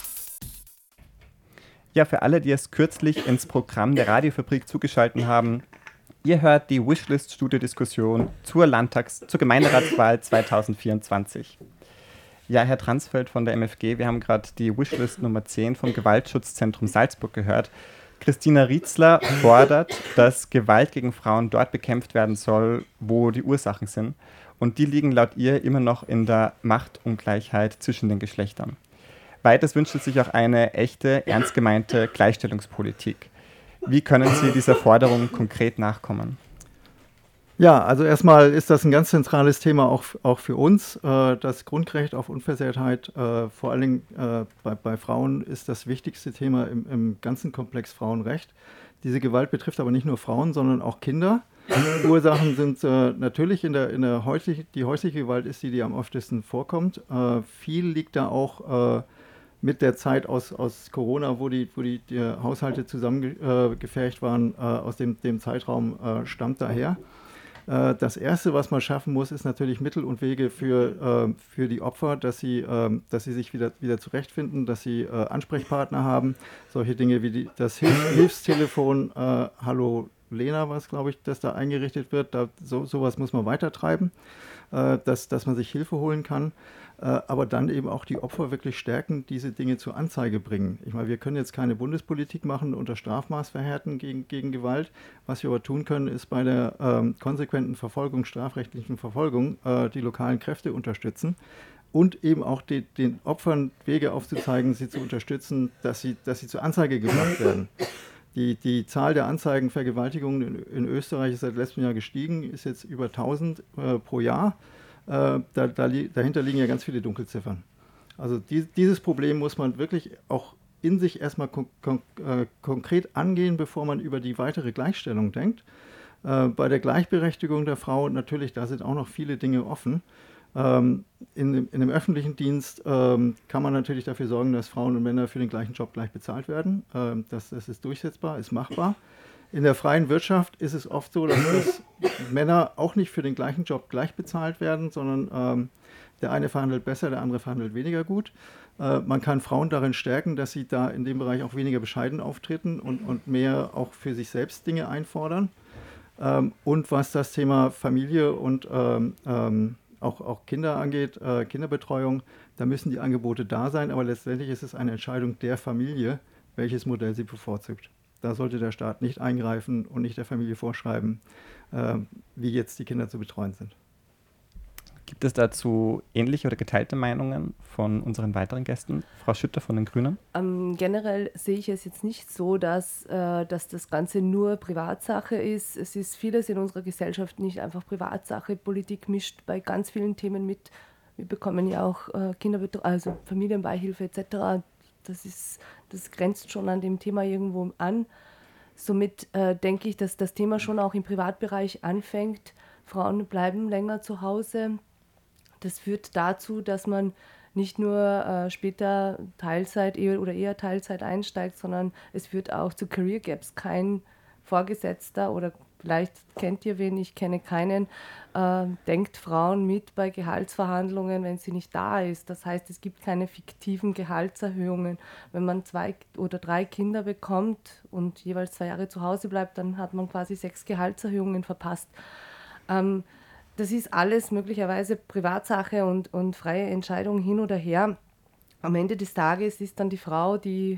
Ja, für alle, die es kürzlich ins Programm der Radiofabrik zugeschaltet haben, ihr hört die Wishlist-Studio-Diskussion zur Landtags-, zur Gemeinderatswahl zweitausendvierundzwanzig. Ja, Herr Transfeld von der M F G, wir haben gerade die Wishlist Nummer zehn vom Gewaltschutzzentrum Salzburg gehört. Christina Rietzler fordert, dass Gewalt gegen Frauen dort bekämpft werden soll, wo die Ursachen sind. Und die liegen laut ihr immer noch in der Machtungleichheit zwischen den Geschlechtern. Weiters wünscht sie sich auch eine echte, ernst gemeinte Gleichstellungspolitik. Wie können Sie dieser Forderung konkret nachkommen? Ja, also erstmal ist das ein ganz zentrales Thema auch, auch für uns. Äh, das Grundrecht auf Unversehrtheit, äh, vor allen Dingen äh, bei, bei Frauen, ist das wichtigste Thema im, im ganzen Komplex Frauenrecht. Diese Gewalt betrifft aber nicht nur Frauen, sondern auch Kinder. Ursachen sind äh, natürlich in der, in der häuslich, die häusliche Gewalt ist die, die am öftesten vorkommt. Äh, viel liegt da auch äh, mit der Zeit aus, aus Corona, wo die, wo die, die Haushalte zusammengefärcht äh, waren, äh, aus dem, dem Zeitraum äh, stammt daher. Das Erste, was man schaffen muss, ist natürlich Mittel und Wege für, äh, für die Opfer, dass sie, äh, dass sie sich wieder, wieder zurechtfinden, dass sie äh, Ansprechpartner haben. Solche Dinge wie die, das Hilf- Hilfstelefon äh, Hallo Lena, was glaube ich, dass da eingerichtet wird. Da, so, sowas muss man weitertreiben, äh, dass, dass man sich Hilfe holen kann. Äh, aber dann eben auch die Opfer wirklich stärken, diese Dinge zur Anzeige bringen. Ich meine, wir können jetzt keine Bundespolitik machen unter Strafmaß verhärten gegen, gegen Gewalt. Was wir aber tun können, ist bei der ähm, konsequenten Verfolgung, strafrechtlichen Verfolgung, äh, die lokalen Kräfte unterstützen und eben auch die, den Opfern Wege aufzuzeigen, sie zu unterstützen, dass sie, dass sie zur Anzeige gebracht werden. Die, die Zahl der Anzeigen Vergewaltigungen in, in Österreich ist seit letztem Jahr gestiegen, ist jetzt über tausend äh, pro Jahr. Äh, da, da li- dahinter liegen ja ganz viele Dunkelziffern. Also die, dieses Problem muss man wirklich auch in sich erstmal kon- kon- äh, konkret angehen, bevor man über die weitere Gleichstellung denkt. Äh, bei der Gleichberechtigung der Frau natürlich, da sind auch noch viele Dinge offen. Ähm, in, in dem öffentlichen Dienst ähm, kann man natürlich dafür sorgen, dass Frauen und Männer für den gleichen Job gleich bezahlt werden. Ähm, das, das ist durchsetzbar, ist machbar. In der freien Wirtschaft ist es oft so, dass, dass Männer auch nicht für den gleichen Job gleich bezahlt werden, sondern ähm, der eine verhandelt besser, der andere verhandelt weniger gut. Äh, man kann Frauen darin stärken, dass sie da in dem Bereich auch weniger bescheiden auftreten und, und mehr auch für sich selbst Dinge einfordern. Ähm, und was das Thema Familie und ähm, ähm, auch, auch Kinder angeht, äh, Kinderbetreuung, da müssen die Angebote da sein, aber letztendlich ist es eine Entscheidung der Familie, welches Modell sie bevorzugt. Da sollte der Staat nicht eingreifen und nicht der Familie vorschreiben, äh, wie jetzt die Kinder zu betreuen sind. Gibt es dazu ähnliche oder geteilte Meinungen von unseren weiteren Gästen? Frau Schütter von den Grünen? Ähm, generell sehe ich es jetzt nicht so, dass, äh, dass das Ganze nur Privatsache ist. Es ist vieles in unserer Gesellschaft nicht einfach Privatsache. Politik mischt bei ganz vielen Themen mit. Wir bekommen ja auch äh, Kinderbetreuung, also Familienbeihilfe et cetera. Das ist, das grenzt schon an dem Thema irgendwo an. Somit äh, denke ich, dass das Thema schon auch im Privatbereich anfängt. Frauen bleiben länger zu Hause. Das führt dazu, dass man nicht nur äh, später Teilzeit oder eher Teilzeit einsteigt, sondern es führt auch zu Career Gaps. Kein Vorgesetzter oder vielleicht kennt ihr wen, ich kenne keinen, äh, denkt Frauen mit bei Gehaltsverhandlungen, wenn sie nicht da ist. Das heißt, es gibt keine fiktiven Gehaltserhöhungen. Wenn man zwei oder drei Kinder bekommt und jeweils zwei Jahre zu Hause bleibt, dann hat man quasi sechs Gehaltserhöhungen verpasst. Ähm, das ist alles möglicherweise Privatsache und, und freie Entscheidung hin oder her. Am Ende des Tages ist dann die Frau, die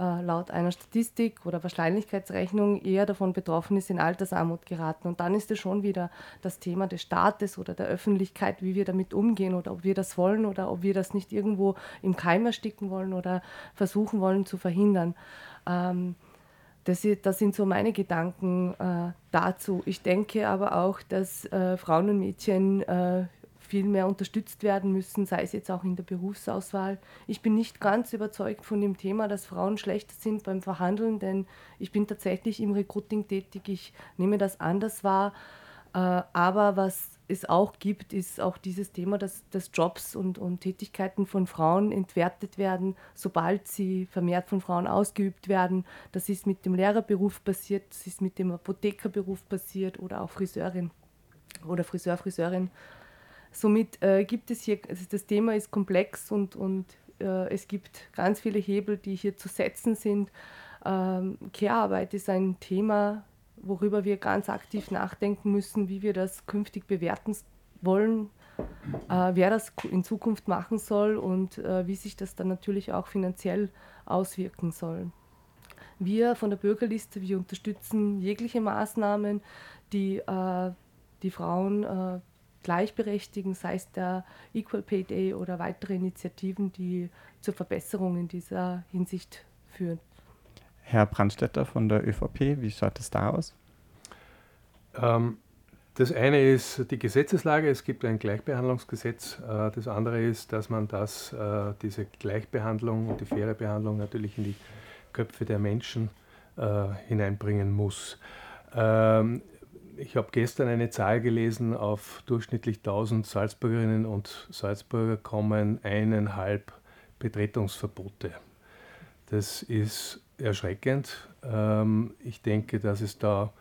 äh, laut einer Statistik oder Wahrscheinlichkeitsrechnung eher davon betroffen ist, in Altersarmut geraten. Und dann ist es schon wieder das Thema des Staates oder der Öffentlichkeit, wie wir damit umgehen oder ob wir das wollen oder ob wir das nicht irgendwo im Keim ersticken wollen oder versuchen wollen zu verhindern. Ähm, das, das sind so meine Gedanken äh, dazu. Ich denke aber auch, dass äh, Frauen und Mädchen äh, viel mehr unterstützt werden müssen, sei es jetzt auch in der Berufsauswahl. Ich bin nicht ganz überzeugt von dem Thema, dass Frauen schlechter sind beim Verhandeln, denn ich bin tatsächlich im Recruiting tätig, ich nehme das anders wahr. Aber was es auch gibt, ist auch dieses Thema, dass, dass Jobs und, und Tätigkeiten von Frauen entwertet werden, sobald sie vermehrt von Frauen ausgeübt werden. Das ist mit dem Lehrerberuf passiert, das ist mit dem Apothekerberuf passiert oder auch Friseurin oder Friseur, Friseurin. Somit äh, gibt es hier, also das Thema ist komplex und, und äh, es gibt ganz viele Hebel, die hier zu setzen sind. Ähm, Care-Arbeit ist ein Thema, worüber wir ganz aktiv nachdenken müssen, wie wir das künftig bewerten wollen, äh, wer das in Zukunft machen soll und äh, wie sich das dann natürlich auch finanziell auswirken soll. Wir von der Bürgerliste, wir unterstützen jegliche Maßnahmen, die äh, die Frauen äh, gleichberechtigen, sei es der Equal Pay Day oder weitere Initiativen, die zur Verbesserung in dieser Hinsicht führen. Herr Brandstätter von der ÖVP, wie schaut es da aus? Ähm, das eine ist die Gesetzeslage, es gibt ein Gleichbehandlungsgesetz. Äh, das andere ist, dass man das, äh, diese Gleichbehandlung und die faire Behandlung natürlich in die Köpfe der Menschen äh, hineinbringen muss. Ähm, Ich habe gestern eine Zahl gelesen, auf durchschnittlich tausend Salzburgerinnen und Salzburger kommen eineinhalb Betretungsverbote. Das ist erschreckend. Ich denke, dass es da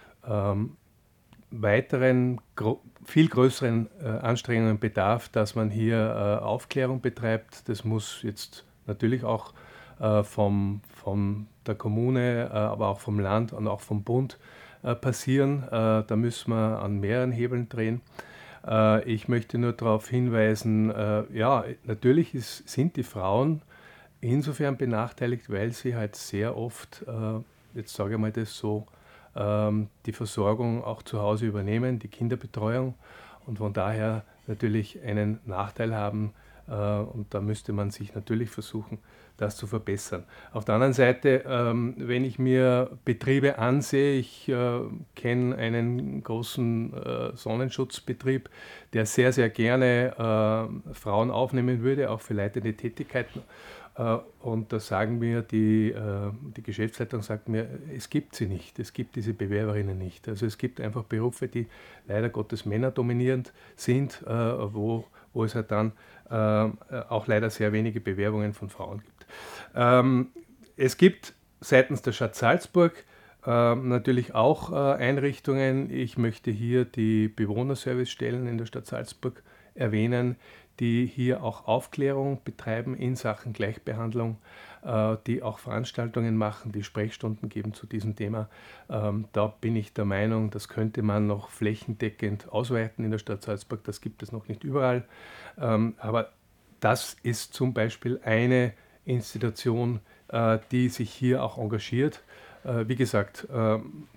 weiteren, viel größeren Anstrengungen bedarf, dass man hier Aufklärung betreibt. Das muss jetzt natürlich auch vom, von der Kommune, aber auch vom Land und auch vom Bund passieren. Da müssen wir an mehreren Hebeln drehen. Ich möchte nur darauf hinweisen, ja, natürlich ist, sind die Frauen insofern benachteiligt, weil sie halt sehr oft, jetzt sage ich mal das so, die Versorgung auch zu Hause übernehmen, die Kinderbetreuung und von daher natürlich einen Nachteil haben. Und da müsste man sich natürlich versuchen, das zu verbessern. Auf der anderen Seite, ähm, wenn ich mir Betriebe ansehe, ich äh, kenne einen großen äh, Sonnenschutzbetrieb, der sehr, sehr gerne äh, Frauen aufnehmen würde, auch für leitende Tätigkeiten. Äh, und da sagen mir die, äh, die Geschäftsleitung sagt mir, es gibt sie nicht, es gibt diese Bewerberinnen nicht. Also es gibt einfach Berufe, die leider Gottes männerdominierend sind, äh, wo, wo es halt dann äh, auch leider sehr wenige Bewerbungen von Frauen gibt. Ähm, es gibt seitens der Stadt Salzburg äh, natürlich auch äh, Einrichtungen. Ich möchte hier die Bewohnerservicestellen in der Stadt Salzburg erwähnen, die hier auch Aufklärung betreiben in Sachen Gleichbehandlung, äh, die auch Veranstaltungen machen, die Sprechstunden geben zu diesem Thema. Ähm, da bin ich der Meinung, das könnte man noch flächendeckend ausweiten in der Stadt Salzburg. Das gibt es noch nicht überall. Ähm, aber das ist zum Beispiel eine Institution, äh, die sich hier auch engagiert. Äh, wie gesagt, äh,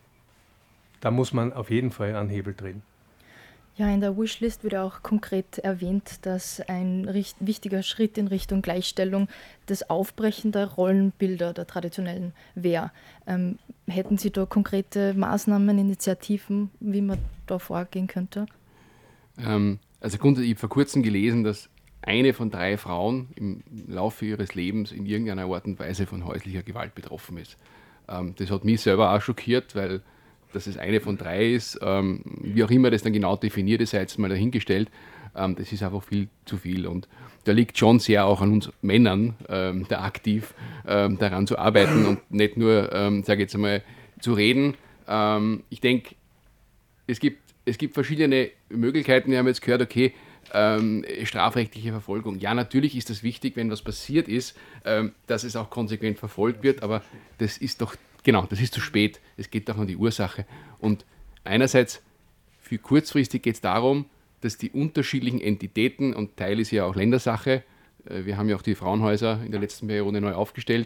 da muss man auf jeden Fall an Hebel drehen. Ja, in der Wishlist wird auch konkret erwähnt, dass ein richt- wichtiger Schritt in Richtung Gleichstellung das Aufbrechen der Rollenbilder der traditionellen wäre. Ähm, hätten Sie da konkrete Maßnahmen, Initiativen, wie man da vorgehen könnte? Ähm, also grundsätzlich, ich habe vor kurzem gelesen, dass eine von drei Frauen im Laufe ihres Lebens in irgendeiner Art und Weise von häuslicher Gewalt betroffen ist. Ähm, das hat mich selber auch schockiert, weil dass es eine von drei ist, ähm, wie auch immer das dann genau definiert ist, sei jetzt mal dahingestellt, ähm, das ist einfach viel zu viel. Und da liegt schon sehr auch an uns Männern, ähm, da aktiv ähm, daran zu arbeiten und nicht nur, ähm, sage ich jetzt einmal, zu reden. Ähm, ich denke, es gibt, es gibt verschiedene Möglichkeiten. Wir haben jetzt gehört, okay, ähm, strafrechtliche Verfolgung. Ja, natürlich ist das wichtig, wenn was passiert ist, ähm, dass es auch konsequent verfolgt wird, aber das ist doch Genau, das ist zu spät. Es geht auch um die Ursache. Und einerseits, für kurzfristig geht es darum, dass die unterschiedlichen Entitäten, und Teil ist ja auch Ländersache, wir haben ja auch die Frauenhäuser in der letzten Periode neu aufgestellt,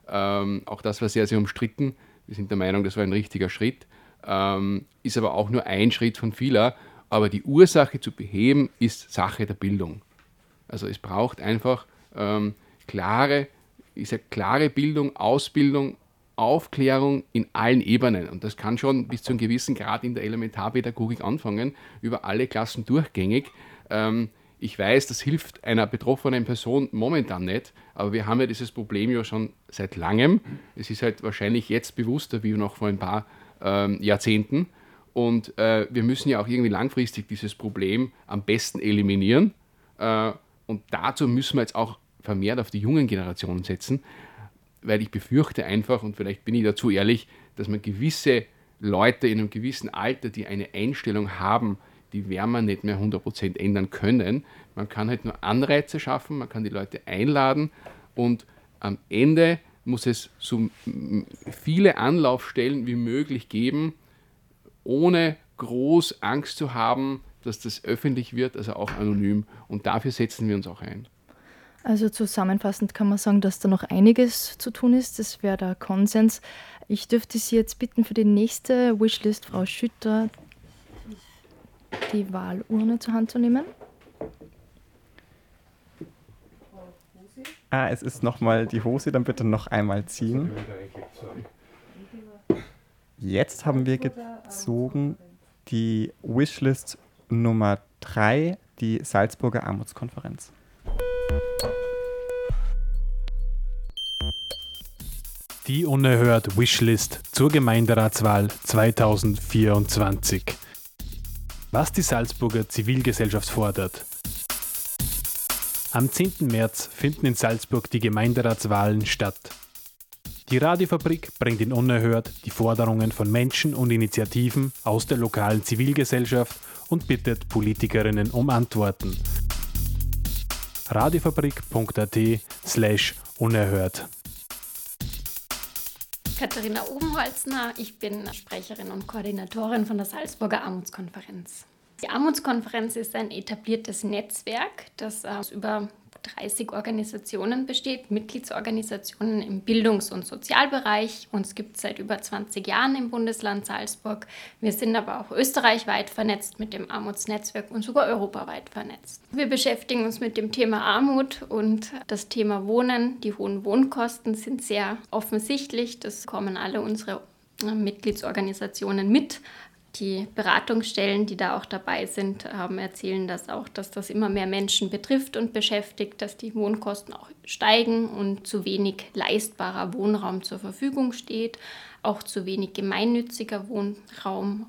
Ähm, auch das war sehr, sehr umstritten. Wir sind der Meinung, das war ein richtiger Schritt. Ähm, ist aber auch nur ein Schritt von vieler. Aber die Ursache zu beheben, ist Sache der Bildung. Also es braucht einfach ähm, klare, ich sag, klare Bildung, Ausbildung, Aufklärung in allen Ebenen. Und das kann schon bis zu einem gewissen Grad in der Elementarpädagogik anfangen, über alle Klassen durchgängig. Ähm, ich weiß, das hilft einer betroffenen Person momentan nicht, aber wir haben ja dieses Problem ja schon seit langem. Es ist halt wahrscheinlich jetzt bewusster wie noch vor ein paar ähm, Jahrzehnten. Und äh, wir müssen ja auch irgendwie langfristig dieses Problem am besten eliminieren. Äh, und dazu müssen wir jetzt auch vermehrt auf die jungen Generationen setzen, weil ich befürchte einfach, und vielleicht bin ich dazu ehrlich, dass man gewisse Leute in einem gewissen Alter, die eine Einstellung haben, die werden wir nicht mehr hundert Prozent ändern können. Man kann halt nur Anreize schaffen, man kann die Leute einladen und am Ende muss es so viele Anlaufstellen wie möglich geben, ohne groß Angst zu haben, dass das öffentlich wird, also auch anonym. Und dafür setzen wir uns auch ein. Also zusammenfassend kann man sagen, dass da noch einiges zu tun ist. Das wäre der Konsens. Ich dürfte Sie jetzt bitten, für die nächste Wishlist, Frau Schütter, die Wahlurne zur Hand zu nehmen. Ah, es ist nochmal die Hose, dann bitte noch einmal ziehen. Jetzt haben wir gezogen die Wishlist Nummer drei, die Salzburger Armutskonferenz. Die unerhört Wishlist zur Gemeinderatswahl zweitausendvierundzwanzig. Was die Salzburger Zivilgesellschaft fordert. Am zehnten März finden in Salzburg die Gemeinderatswahlen statt. Die Radiofabrik bringt in Unerhört die Forderungen von Menschen und Initiativen aus der lokalen Zivilgesellschaft und bittet Politikerinnen um Antworten. radiofabrik.at slash unerhört. Katharina Obenholzner, ich bin Sprecherin und Koordinatorin von der Salzburger Armutskonferenz. Die Armutskonferenz ist ein etabliertes Netzwerk, das aus über dreißig Organisationen besteht, Mitgliedsorganisationen im Bildungs- und Sozialbereich. Uns gibt es seit über zwanzig Jahren im Bundesland Salzburg. Wir sind aber auch österreichweit vernetzt mit dem Armutsnetzwerk und sogar europaweit vernetzt. Wir beschäftigen uns mit dem Thema Armut und das Thema Wohnen. Die hohen Wohnkosten sind sehr offensichtlich. Das kommen alle unsere Mitgliedsorganisationen mit. Die Beratungsstellen, die da auch dabei sind, haben erzählen das auch, dass das immer mehr Menschen betrifft und beschäftigt, dass die Wohnkosten auch steigen und zu wenig leistbarer Wohnraum zur Verfügung steht, auch zu wenig gemeinnütziger Wohnraum,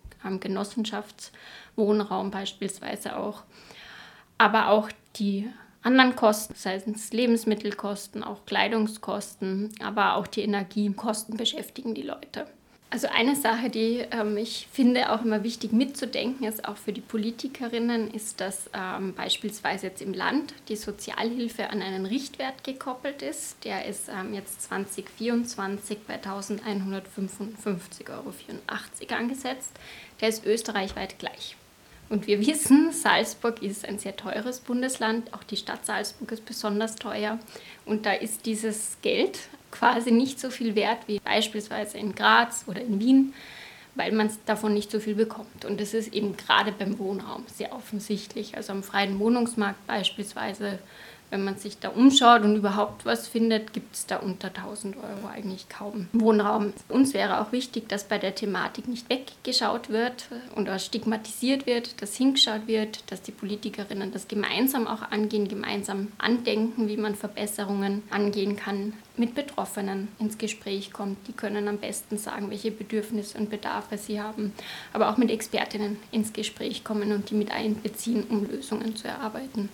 Genossenschaftswohnraum beispielsweise auch, aber auch die anderen Kosten, sei es Lebensmittelkosten, auch Kleidungskosten, aber auch die Energiekosten beschäftigen die Leute. Also eine Sache, die ähm, ich finde auch immer wichtig mitzudenken ist, auch für die Politikerinnen, ist, dass ähm, beispielsweise jetzt im Land die Sozialhilfe an einen Richtwert gekoppelt ist. Der ist ähm, jetzt zwanzig vierundzwanzig bei eintausendeinhundertfünfundfünfzig Euro vierundachtzig angesetzt. Der ist österreichweit gleich. Und wir wissen, Salzburg ist ein sehr teures Bundesland, auch die Stadt Salzburg ist besonders teuer. Und da ist dieses Geld quasi nicht so viel wert wie beispielsweise in Graz oder in Wien, weil man davon nicht so viel bekommt. Und das ist eben gerade beim Wohnraum sehr offensichtlich. Also am freien Wohnungsmarkt beispielsweise, wenn man sich da umschaut und überhaupt was findet, gibt es da unter tausend Euro eigentlich kaum Wohnraum. Uns wäre auch wichtig, dass bei der Thematik nicht weggeschaut wird und auch stigmatisiert wird, dass hingeschaut wird, dass die Politikerinnen das gemeinsam auch angehen, gemeinsam andenken, wie man Verbesserungen angehen kann, mit Betroffenen ins Gespräch kommt. Die können am besten sagen, welche Bedürfnisse und Bedarfe sie haben, aber auch mit Expertinnen ins Gespräch kommen und die mit einbeziehen, um Lösungen zu erarbeiten.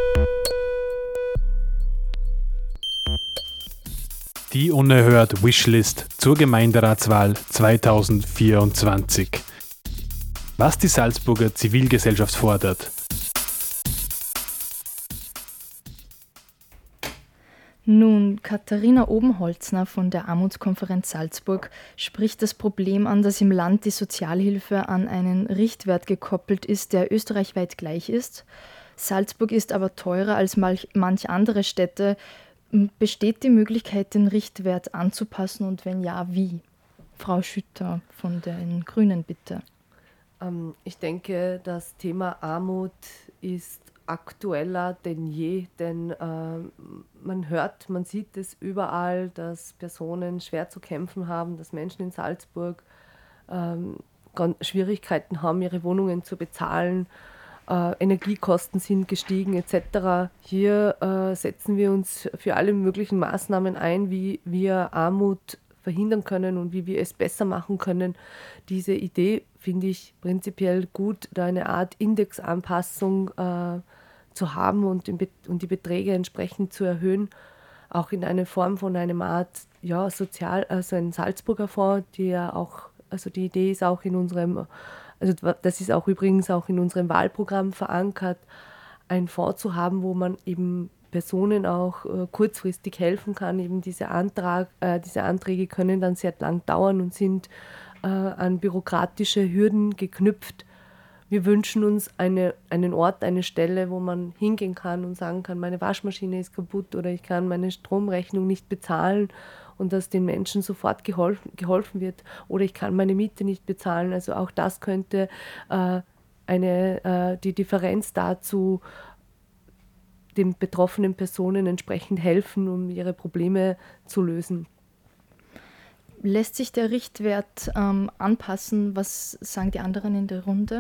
Die unerhört Wishlist zur Gemeinderatswahl zweitausendvierundzwanzig. Was die Salzburger Zivilgesellschaft fordert. Nun, Katharina Obenholzner von der Armutskonferenz Salzburg spricht das Problem an, dass im Land die Sozialhilfe an einen Richtwert gekoppelt ist, der österreichweit gleich ist. Salzburg ist aber teurer als manch andere Städte, Besteht die Möglichkeit, den Richtwert anzupassen und wenn ja, wie? Frau Schütter von den Grünen, bitte. Ähm, ich denke, das Thema Armut ist aktueller denn je, denn äh, man hört, man sieht es überall, dass Personen schwer zu kämpfen haben, dass Menschen in Salzburg ähm, Schwierigkeiten haben, ihre Wohnungen zu bezahlen. Äh, Energiekosten sind gestiegen et cetera. Hier äh, setzen wir uns für alle möglichen Maßnahmen ein, wie wir Armut verhindern können und wie wir es besser machen können. Diese Idee finde ich prinzipiell gut, da eine Art Indexanpassung äh, zu haben und, den und die Beträge entsprechend zu erhöhen, auch in einer Form von einer Art ja, Sozial, also ein Salzburger Fonds, die ja auch, also die Idee ist auch in unserem, also das ist auch übrigens auch in unserem Wahlprogramm verankert, einen Fonds zu haben, wo man eben Personen auch äh, kurzfristig helfen kann. Eben diese, Antrag, äh, diese Anträge können dann sehr lang dauern und sind äh, an bürokratische Hürden geknüpft. Wir wünschen uns eine, einen Ort, eine Stelle, wo man hingehen kann und sagen kann, meine Waschmaschine ist kaputt oder ich kann meine Stromrechnung nicht bezahlen und dass den Menschen sofort geholfen, geholfen wird oder ich kann meine Miete nicht bezahlen. Also auch das könnte äh, eine, äh, die Differenz dazu den betroffenen Personen entsprechend helfen, um ihre Probleme zu lösen. Lässt sich der Richtwert ähm, anpassen? Was sagen die anderen in der Runde?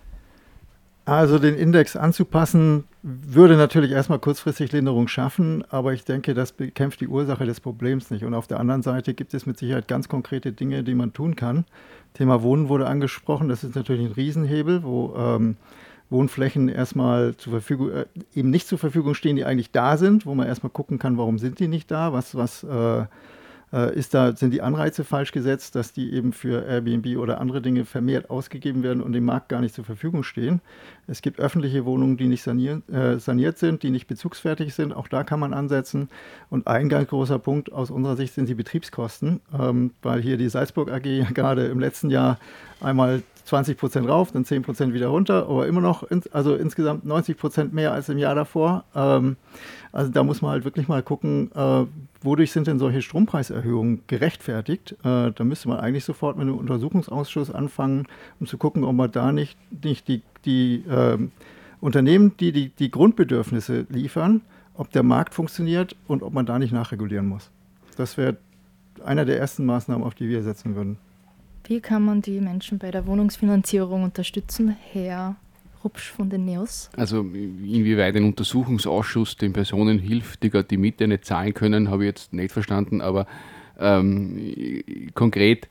Also den Index anzupassen, würde natürlich erstmal kurzfristig Linderung schaffen, aber ich denke, das bekämpft die Ursache des Problems nicht. Und auf der anderen Seite gibt es mit Sicherheit ganz konkrete Dinge, die man tun kann. Thema Wohnen wurde angesprochen, das ist natürlich ein Riesenhebel, wo ähm, Wohnflächen erstmal zur Verfügung, äh, eben nicht zur Verfügung stehen, die eigentlich da sind, wo man erstmal gucken kann, warum sind die nicht da, was, was äh, äh, ist da, sind die Anreize falsch gesetzt, dass die eben für Airbnb oder andere Dinge vermehrt ausgegeben werden und dem Markt gar nicht zur Verfügung stehen. Es gibt öffentliche Wohnungen, die nicht saniert, äh, saniert sind, die nicht bezugsfertig sind, auch da kann man ansetzen. Und ein ganz großer Punkt aus unserer Sicht sind die Betriebskosten, ähm, weil hier die Salzburg A G gerade im letzten Jahr einmal zwanzig Prozent rauf, dann zehn Prozent wieder runter, aber immer noch, ins, also insgesamt neunzig Prozent mehr als im Jahr davor. Ähm, also da muss man halt wirklich mal gucken, äh, wodurch sind denn solche Strompreiserhöhungen gerechtfertigt. Äh, da müsste man eigentlich sofort mit einem Untersuchungsausschuss anfangen, um zu gucken, ob man da nicht, nicht die, die äh, Unternehmen, die, die die Grundbedürfnisse liefern, ob der Markt funktioniert und ob man da nicht nachregulieren muss. Das wäre einer der ersten Maßnahmen, auf die wir setzen würden. Wie kann man die Menschen bei der Wohnungsfinanzierung unterstützen, Herr Rupsch von den Neos? Also inwieweit ein Untersuchungsausschuss den Personen hilft, die gerade die Miete nicht zahlen können, habe ich jetzt nicht verstanden, aber ähm, konkret,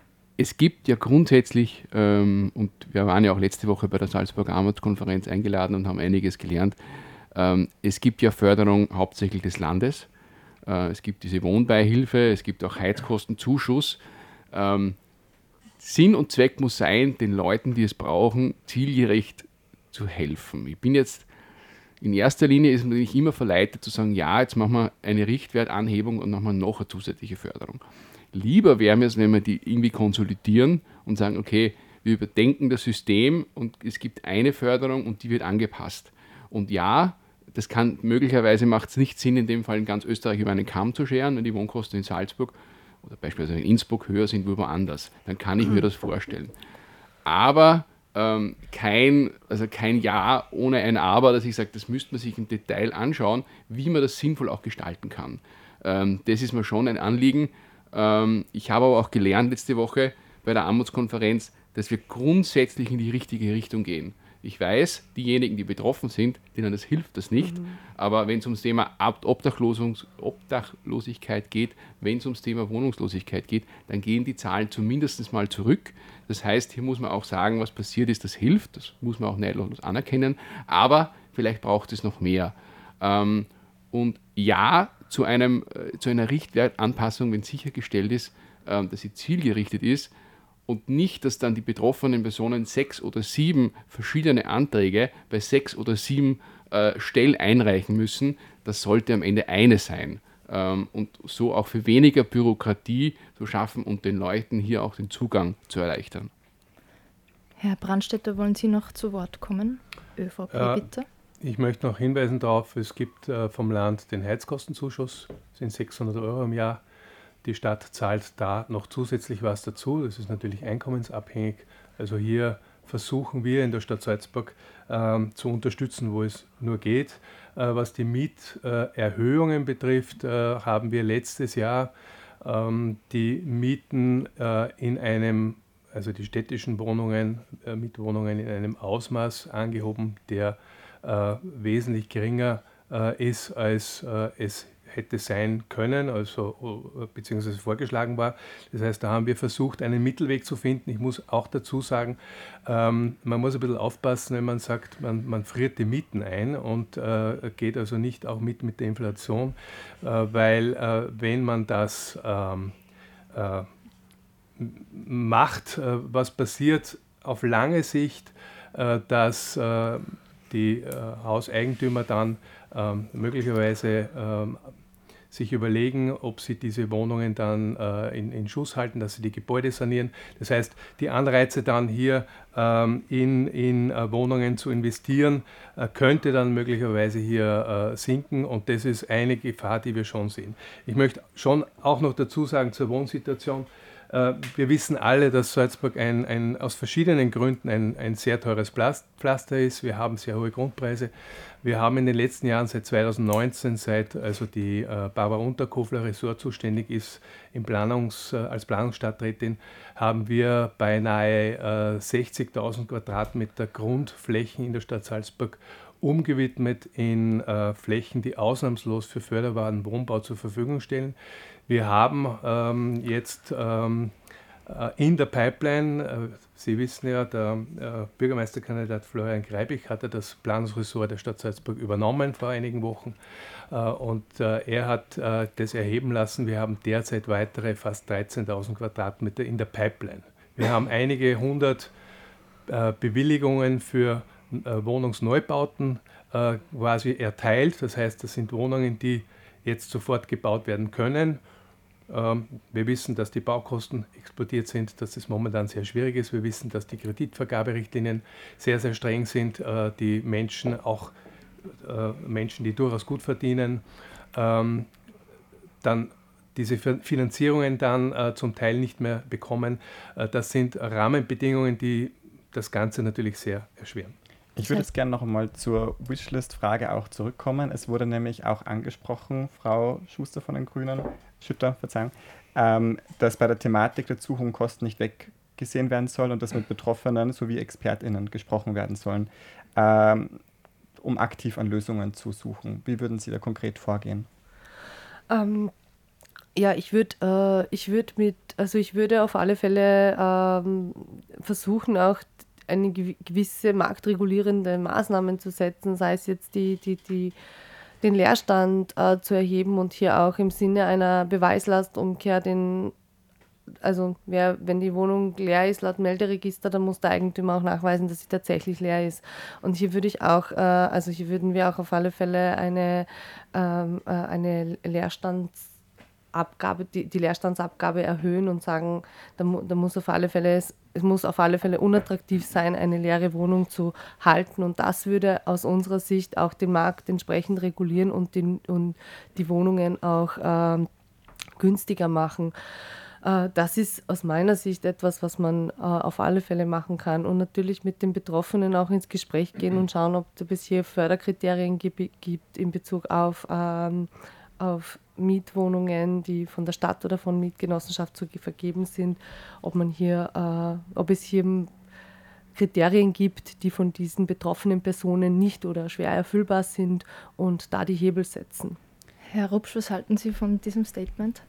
es gibt ja grundsätzlich, ähm, und wir waren ja auch letzte Woche bei der Salzburger Armutskonferenz eingeladen und haben einiges gelernt, ähm, es gibt ja Förderung hauptsächlich des Landes, äh, es gibt diese Wohnbeihilfe, es gibt auch Heizkostenzuschuss. Ähm, Sinn und Zweck muss sein, den Leuten, die es brauchen, zielgerecht zu helfen. Ich bin jetzt, in erster Linie ist man natürlich immer verleitet zu sagen, ja, jetzt machen wir eine Richtwertanhebung und machen wir noch eine zusätzliche Förderung. Lieber wäre mir es, wenn wir die irgendwie konsolidieren und sagen, okay, wir überdenken das System und es gibt eine Förderung und die wird angepasst. Und ja, das kann, möglicherweise macht es nicht Sinn, in dem Fall in ganz Österreich über einen Kamm zu scheren, wenn die Wohnkosten in Salzburg oder beispielsweise in Innsbruck höher sind wie woanders, dann kann ich mir das vorstellen. Aber ähm, kein, also kein Ja ohne ein Aber, dass ich sage, das müsste man sich im Detail anschauen, wie man das sinnvoll auch gestalten kann. Ähm, das ist mir schon ein Anliegen. Ähm, ich habe aber auch gelernt letzte Woche bei der Armutskonferenz, dass wir grundsätzlich in die richtige Richtung gehen. Ich weiß, diejenigen, die betroffen sind, denen das hilft das nicht. Mhm. Aber wenn es ums Thema Obdachlosigkeit geht, wenn es ums Thema Wohnungslosigkeit geht, dann gehen die Zahlen zumindest mal zurück. Das heißt, hier muss man auch sagen, was passiert ist, das hilft. Das muss man auch neidlos anerkennen. Aber vielleicht braucht es noch mehr. Und ja, zu, einem, zu einer Richtwertanpassung, wenn sichergestellt ist, dass sie zielgerichtet ist, und nicht, dass dann die betroffenen Personen sechs oder sieben verschiedene Anträge bei sechs oder sieben äh, Stellen einreichen müssen. Das sollte am Ende eine sein. Ähm, und so auch für weniger Bürokratie zu schaffen und den Leuten hier auch den Zugang zu erleichtern. Herr Brandstätter, wollen Sie noch zu Wort kommen? ÖVP, äh, bitte. Ich möchte noch hinweisen darauf, es gibt äh, vom Land den Heizkostenzuschuss, das sind sechshundert Euro im Jahr. Die Stadt zahlt da noch zusätzlich was dazu, das ist natürlich einkommensabhängig. Also hier versuchen wir in der Stadt Salzburg ähm, zu unterstützen, wo es nur geht. Äh, was die Mieterhöhungen betrifft, äh, haben wir letztes Jahr ähm, die Mieten äh, in einem, also die städtischen Wohnungen, äh, Mietwohnungen in einem Ausmaß angehoben, der äh, wesentlich geringer äh, ist, als äh, es hätte sein können, also beziehungsweise vorgeschlagen war. Das heißt, da haben wir versucht, einen Mittelweg zu finden. Ich muss auch dazu sagen, ähm, man muss ein bisschen aufpassen, wenn man sagt, man, man friert die Mieten ein und äh, geht also nicht auch mit mit der Inflation, äh, weil äh, wenn man das ähm, äh, macht, äh, was passiert auf lange Sicht, äh, dass äh, die äh, Hauseigentümer dann ähm, möglicherweise ähm, sich überlegen, ob sie diese Wohnungen dann äh, in, in Schuss halten, dass sie die Gebäude sanieren. Das heißt, die Anreize dann hier ähm, in, in äh, Wohnungen zu investieren, äh, könnte dann möglicherweise hier äh, sinken und das ist eine Gefahr, die wir schon sehen. Ich möchte schon auch noch dazu sagen zur Wohnsituation. Äh, wir wissen alle, dass Salzburg ein, ein, aus verschiedenen Gründen ein, ein sehr teures Pflaster ist. Wir haben sehr hohe Grundpreise. Wir haben in den letzten Jahren seit zweitausendneunzehn, seit also die äh, Barbara Unterkofler Ressort zuständig ist im Planungs, äh, als Planungsstadträtin, haben wir beinahe äh, sechzigtausend Quadratmeter Grundflächen in der Stadt Salzburg umgewidmet in äh, Flächen, die ausnahmslos für förderbaren Wohnbau zur Verfügung stellen. Wir haben ähm, jetzt ähm, in der Pipeline, Sie wissen ja, der Bürgermeisterkandidat Florian Greibich hatte das Planungsressort der Stadt Salzburg übernommen vor einigen Wochen und er hat das erheben lassen. Wir haben derzeit weitere fast dreizehntausend Quadratmeter in der Pipeline. Wir haben einige hundert Bewilligungen für Wohnungsneubauten quasi erteilt. Das heißt, das sind Wohnungen, die jetzt sofort gebaut werden können. Wir wissen, dass die Baukosten explodiert sind, dass es momentan sehr schwierig ist. Wir wissen, dass die Kreditvergaberichtlinien sehr, sehr streng sind. Die Menschen, auch Menschen, die durchaus gut verdienen, dann diese Finanzierungen dann zum Teil nicht mehr bekommen. Das sind Rahmenbedingungen, die das Ganze natürlich sehr erschweren. Ich würde jetzt gerne noch einmal zur Wishlist-Frage auch zurückkommen. Es wurde nämlich auch angesprochen, Frau Schuster von den Grünen, Schütter, Verzeihung, ähm, dass bei der Thematik der zu hohen Kosten nicht weggesehen werden soll und dass mit Betroffenen sowie ExpertInnen gesprochen werden sollen, ähm, um aktiv an Lösungen zu suchen. Wie würden Sie da konkret vorgehen? Ähm, ja, ich würde äh, ich würd mit, also ich würde auf alle Fälle ähm, versuchen, auch eine gewisse marktregulierende Maßnahmen zu setzen, sei es jetzt die, die, die, den Leerstand äh, zu erheben und hier auch im Sinne einer Beweislastumkehr den, also wer, wenn die Wohnung leer ist laut Melderegister, dann muss der Eigentümer auch nachweisen, dass sie tatsächlich leer ist. Und hier würde ich auch, äh, also hier würden wir auch auf alle Fälle eine, ähm, äh, eine Leerstands Abgabe, die, die Leerstandsabgabe erhöhen und sagen, da, da muss auf alle Fälle, es, es muss auf alle Fälle unattraktiv sein, eine leere Wohnung zu halten. Und das würde aus unserer Sicht auch den Markt entsprechend regulieren und, den, und die Wohnungen auch äh, günstiger machen. Äh, das ist aus meiner Sicht etwas, was man äh, auf alle Fälle machen kann. Und natürlich mit den Betroffenen auch ins Gespräch gehen und schauen, ob es hier Förderkriterien gibt, gibt in Bezug auf, ähm, auf Mietwohnungen, die von der Stadt oder von Mietgenossenschaft zu vergeben sind, ob man hier, äh, ob es hier Kriterien gibt, die von diesen betroffenen Personen nicht oder schwer erfüllbar sind und da die Hebel setzen. Herr Rupsch, was halten Sie von diesem Statement?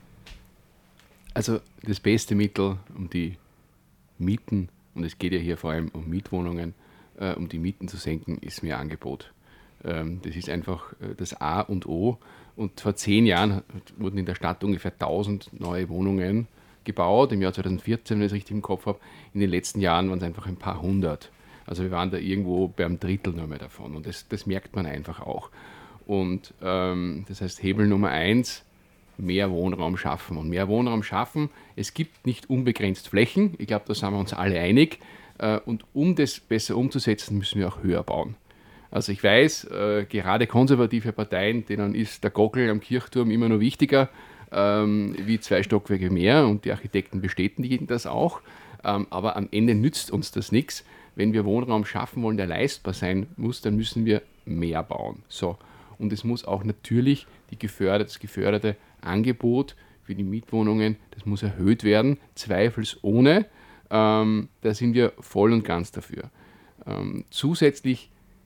Also das beste Mittel, um die Mieten, und es geht ja hier vor allem um Mietwohnungen, äh, um die Mieten zu senken, ist mehr Angebot. Ähm, das ist einfach äh, das A und O. Und vor zehn Jahren wurden in der Stadt ungefähr tausend neue Wohnungen gebaut, im Jahr zweitausendvierzehn, wenn ich es richtig im Kopf habe. In den letzten Jahren waren es einfach ein paar hundert. Also wir waren da irgendwo bei einem Drittel nur mehr davon. Und das, das merkt man einfach auch. Und ähm, das heißt, Hebel Nummer eins, mehr Wohnraum schaffen. Und mehr Wohnraum schaffen, es gibt nicht unbegrenzt Flächen. Ich glaube, da sind wir uns alle einig. Äh, und um das besser umzusetzen, müssen wir auch höher bauen. Also ich weiß, äh, gerade konservative Parteien, denen ist der Gockel am Kirchturm immer noch wichtiger ähm, wie zwei Stockwerke mehr und die Architekten bestätigen das auch. Ähm, aber am Ende nützt uns das nichts. Wenn wir Wohnraum schaffen wollen, der leistbar sein muss, dann müssen wir mehr bauen. So. Und es muss auch natürlich die geförderte, das geförderte Angebot für die Mietwohnungen, das muss erhöht werden, zweifelsohne. Ähm, da sind wir voll und ganz dafür. Ähm, zusätzlich,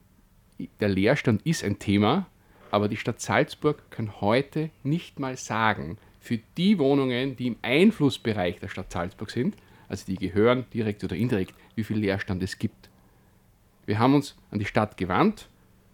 der Leerstand ist ein Thema, aber die Stadt Salzburg kann heute nicht mal sagen, für die Wohnungen, die im Einflussbereich der Stadt Salzburg sind, also die gehören direkt oder indirekt, wie viel Leerstand es gibt. Wir haben uns an die Stadt gewandt,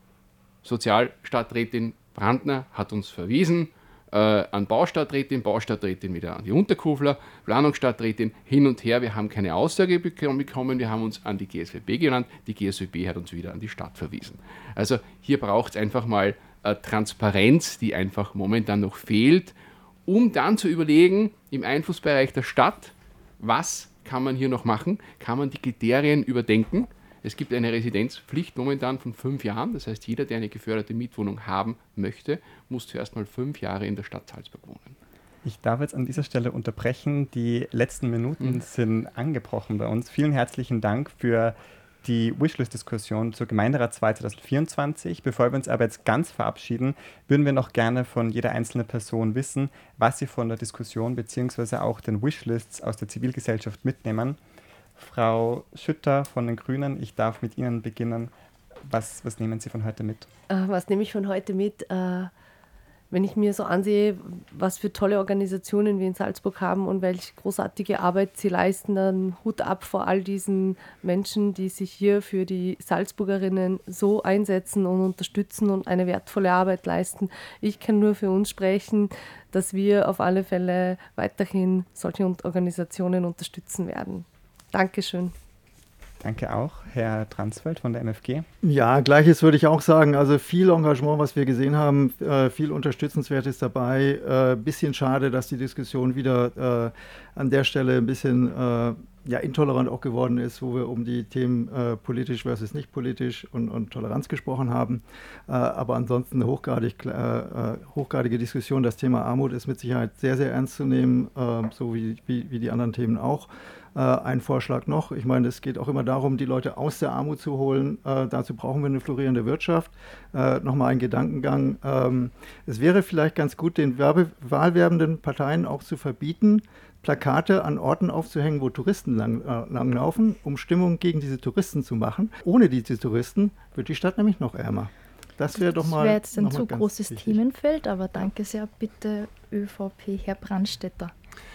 Sozialstadträtin Brandner hat uns verwiesen, äh, an Baustadträtin, Baustadträtin wieder an die Unterkufler, Planungsstadträtin, hin und her, wir haben keine Aussage bekommen, wir haben uns an die G S W B genannt, die G S W B hat uns wieder an die Stadt verwiesen. Also hier braucht es einfach mal äh, Transparenz, die einfach momentan noch fehlt, um dann zu überlegen, im Einflussbereich der Stadt, was kann man hier noch machen, kann man die Kriterien überdenken. Es gibt eine Residenzpflicht momentan von fünf Jahren. Das heißt, jeder, der eine geförderte Mietwohnung haben möchte, muss zuerst mal fünf Jahre in der Stadt Salzburg wohnen. Ich darf jetzt an dieser Stelle unterbrechen. Die letzten Minuten mhm. sind angebrochen bei uns. Vielen herzlichen Dank für die Wishlist-Diskussion zur Gemeinderatswahl zwanzig vierundzwanzig. Bevor wir uns aber jetzt ganz verabschieden, würden wir noch gerne von jeder einzelnen Person wissen, was sie von der Diskussion bzw. auch den Wishlists aus der Zivilgesellschaft mitnehmen. Frau Schütter von den Grünen, ich darf mit Ihnen beginnen. Was, was nehmen Sie von heute mit? Äh, was nehme ich von heute mit? Äh, wenn ich mir so ansehe, was für tolle Organisationen wir in Salzburg haben und welche großartige Arbeit sie leisten, dann Hut ab vor all diesen Menschen, die sich hier für die Salzburgerinnen so einsetzen und unterstützen und eine wertvolle Arbeit leisten. Ich kann nur für uns sprechen, dass wir auf alle Fälle weiterhin solche Organisationen unterstützen werden. Dankeschön. Danke auch, Herr Dransfeld von der M F G. Ja, Gleiches würde ich auch sagen. Also viel Engagement, was wir gesehen haben, äh, viel Unterstützenswertes dabei. Äh, bisschen schade, dass die Diskussion wieder äh, an der Stelle ein bisschen äh, ja, intolerant auch geworden ist, wo wir um die Themen äh, politisch versus nicht politisch und, und Toleranz gesprochen haben. Äh, aber ansonsten eine hochgradig, äh, hochgradige Diskussion. Das Thema Armut ist mit Sicherheit sehr, sehr ernst zu nehmen, äh, so wie, wie, wie die anderen Themen auch. Äh, ein Vorschlag noch, ich meine, es geht auch immer darum, die Leute aus der Armut zu holen. Äh, dazu brauchen wir eine florierende Wirtschaft. Äh, Nochmal ein Gedankengang. Ähm, es wäre vielleicht ganz gut, den Werbe- wahlwerbenden Parteien auch zu verbieten, Plakate an Orten aufzuhängen, wo Touristen lang, äh, langlaufen, um Stimmung gegen diese Touristen zu machen. Ohne diese Touristen wird die Stadt nämlich noch ärmer. Das wäre doch mal. Das wäre jetzt ein zu großes wichtig. Themenfeld, aber danke sehr. Bitte ÖVP, Herr Brandstätter.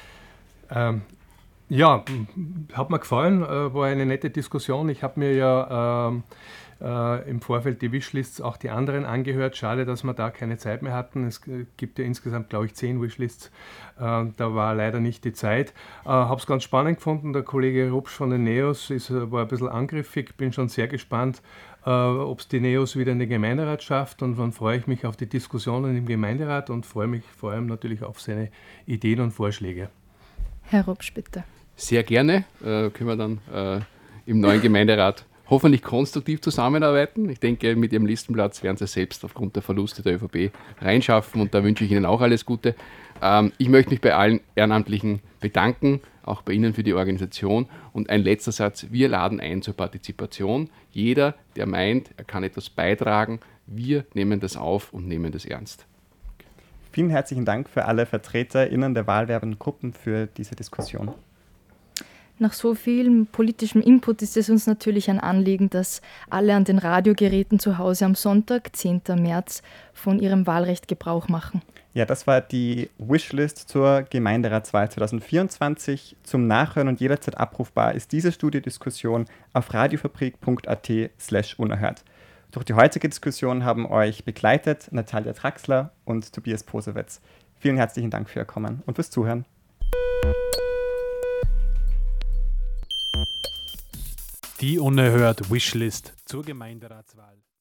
Ähm, ja, hat mir gefallen, äh, war eine nette Diskussion. Ich habe mir ja ähm, äh, im Vorfeld die Wishlists auch die anderen angehört. Schade, dass wir da keine Zeit mehr hatten. Es gibt ja insgesamt, glaube ich, zehn Wishlists. Äh, da war leider nicht die Zeit. Äh, habe es ganz spannend gefunden. Der Kollege Rupsch von den Neos ist, war ein bisschen angriffig. Bin schon sehr gespannt, äh, ob es die Neos wieder in den Gemeinderat schafft. Und dann freue ich mich auf die Diskussionen im Gemeinderat und freue mich vor allem natürlich auf seine Ideen und Vorschläge. Herr Rupsch, bitte. Sehr gerne. Äh, können wir dann äh, im neuen Gemeinderat hoffentlich konstruktiv zusammenarbeiten. Ich denke, mit Ihrem Listenplatz werden Sie selbst aufgrund der Verluste der ÖVP reinschaffen und da wünsche ich Ihnen auch alles Gute. Ähm, ich möchte mich bei allen Ehrenamtlichen bedanken, auch bei Ihnen für die Organisation. Und ein letzter Satz, wir laden ein zur Partizipation. Jeder, der meint, er kann etwas beitragen, wir nehmen das auf und nehmen das ernst. Vielen herzlichen Dank für alle VertreterInnen der wahlwerbenden Gruppen für diese Diskussion. Nach so viel politischem Input ist es uns natürlich ein Anliegen, dass alle an den Radiogeräten zu Hause am Sonntag, zehnten März, von ihrem Wahlrecht Gebrauch machen. Ja, das war die Wishlist zur Gemeinderatswahl zwanzig vierundzwanzig. Zum Nachhören und jederzeit abrufbar ist diese Studiodiskussion auf radiofabrik punkt at slash unerhört. Durch die heutige Diskussion haben euch begleitet Natalia Traxler und Tobias Posewetz. Vielen herzlichen Dank für Ihr Kommen und fürs Zuhören. Die Unerhört Wishlist zur Gemeinderatswahl.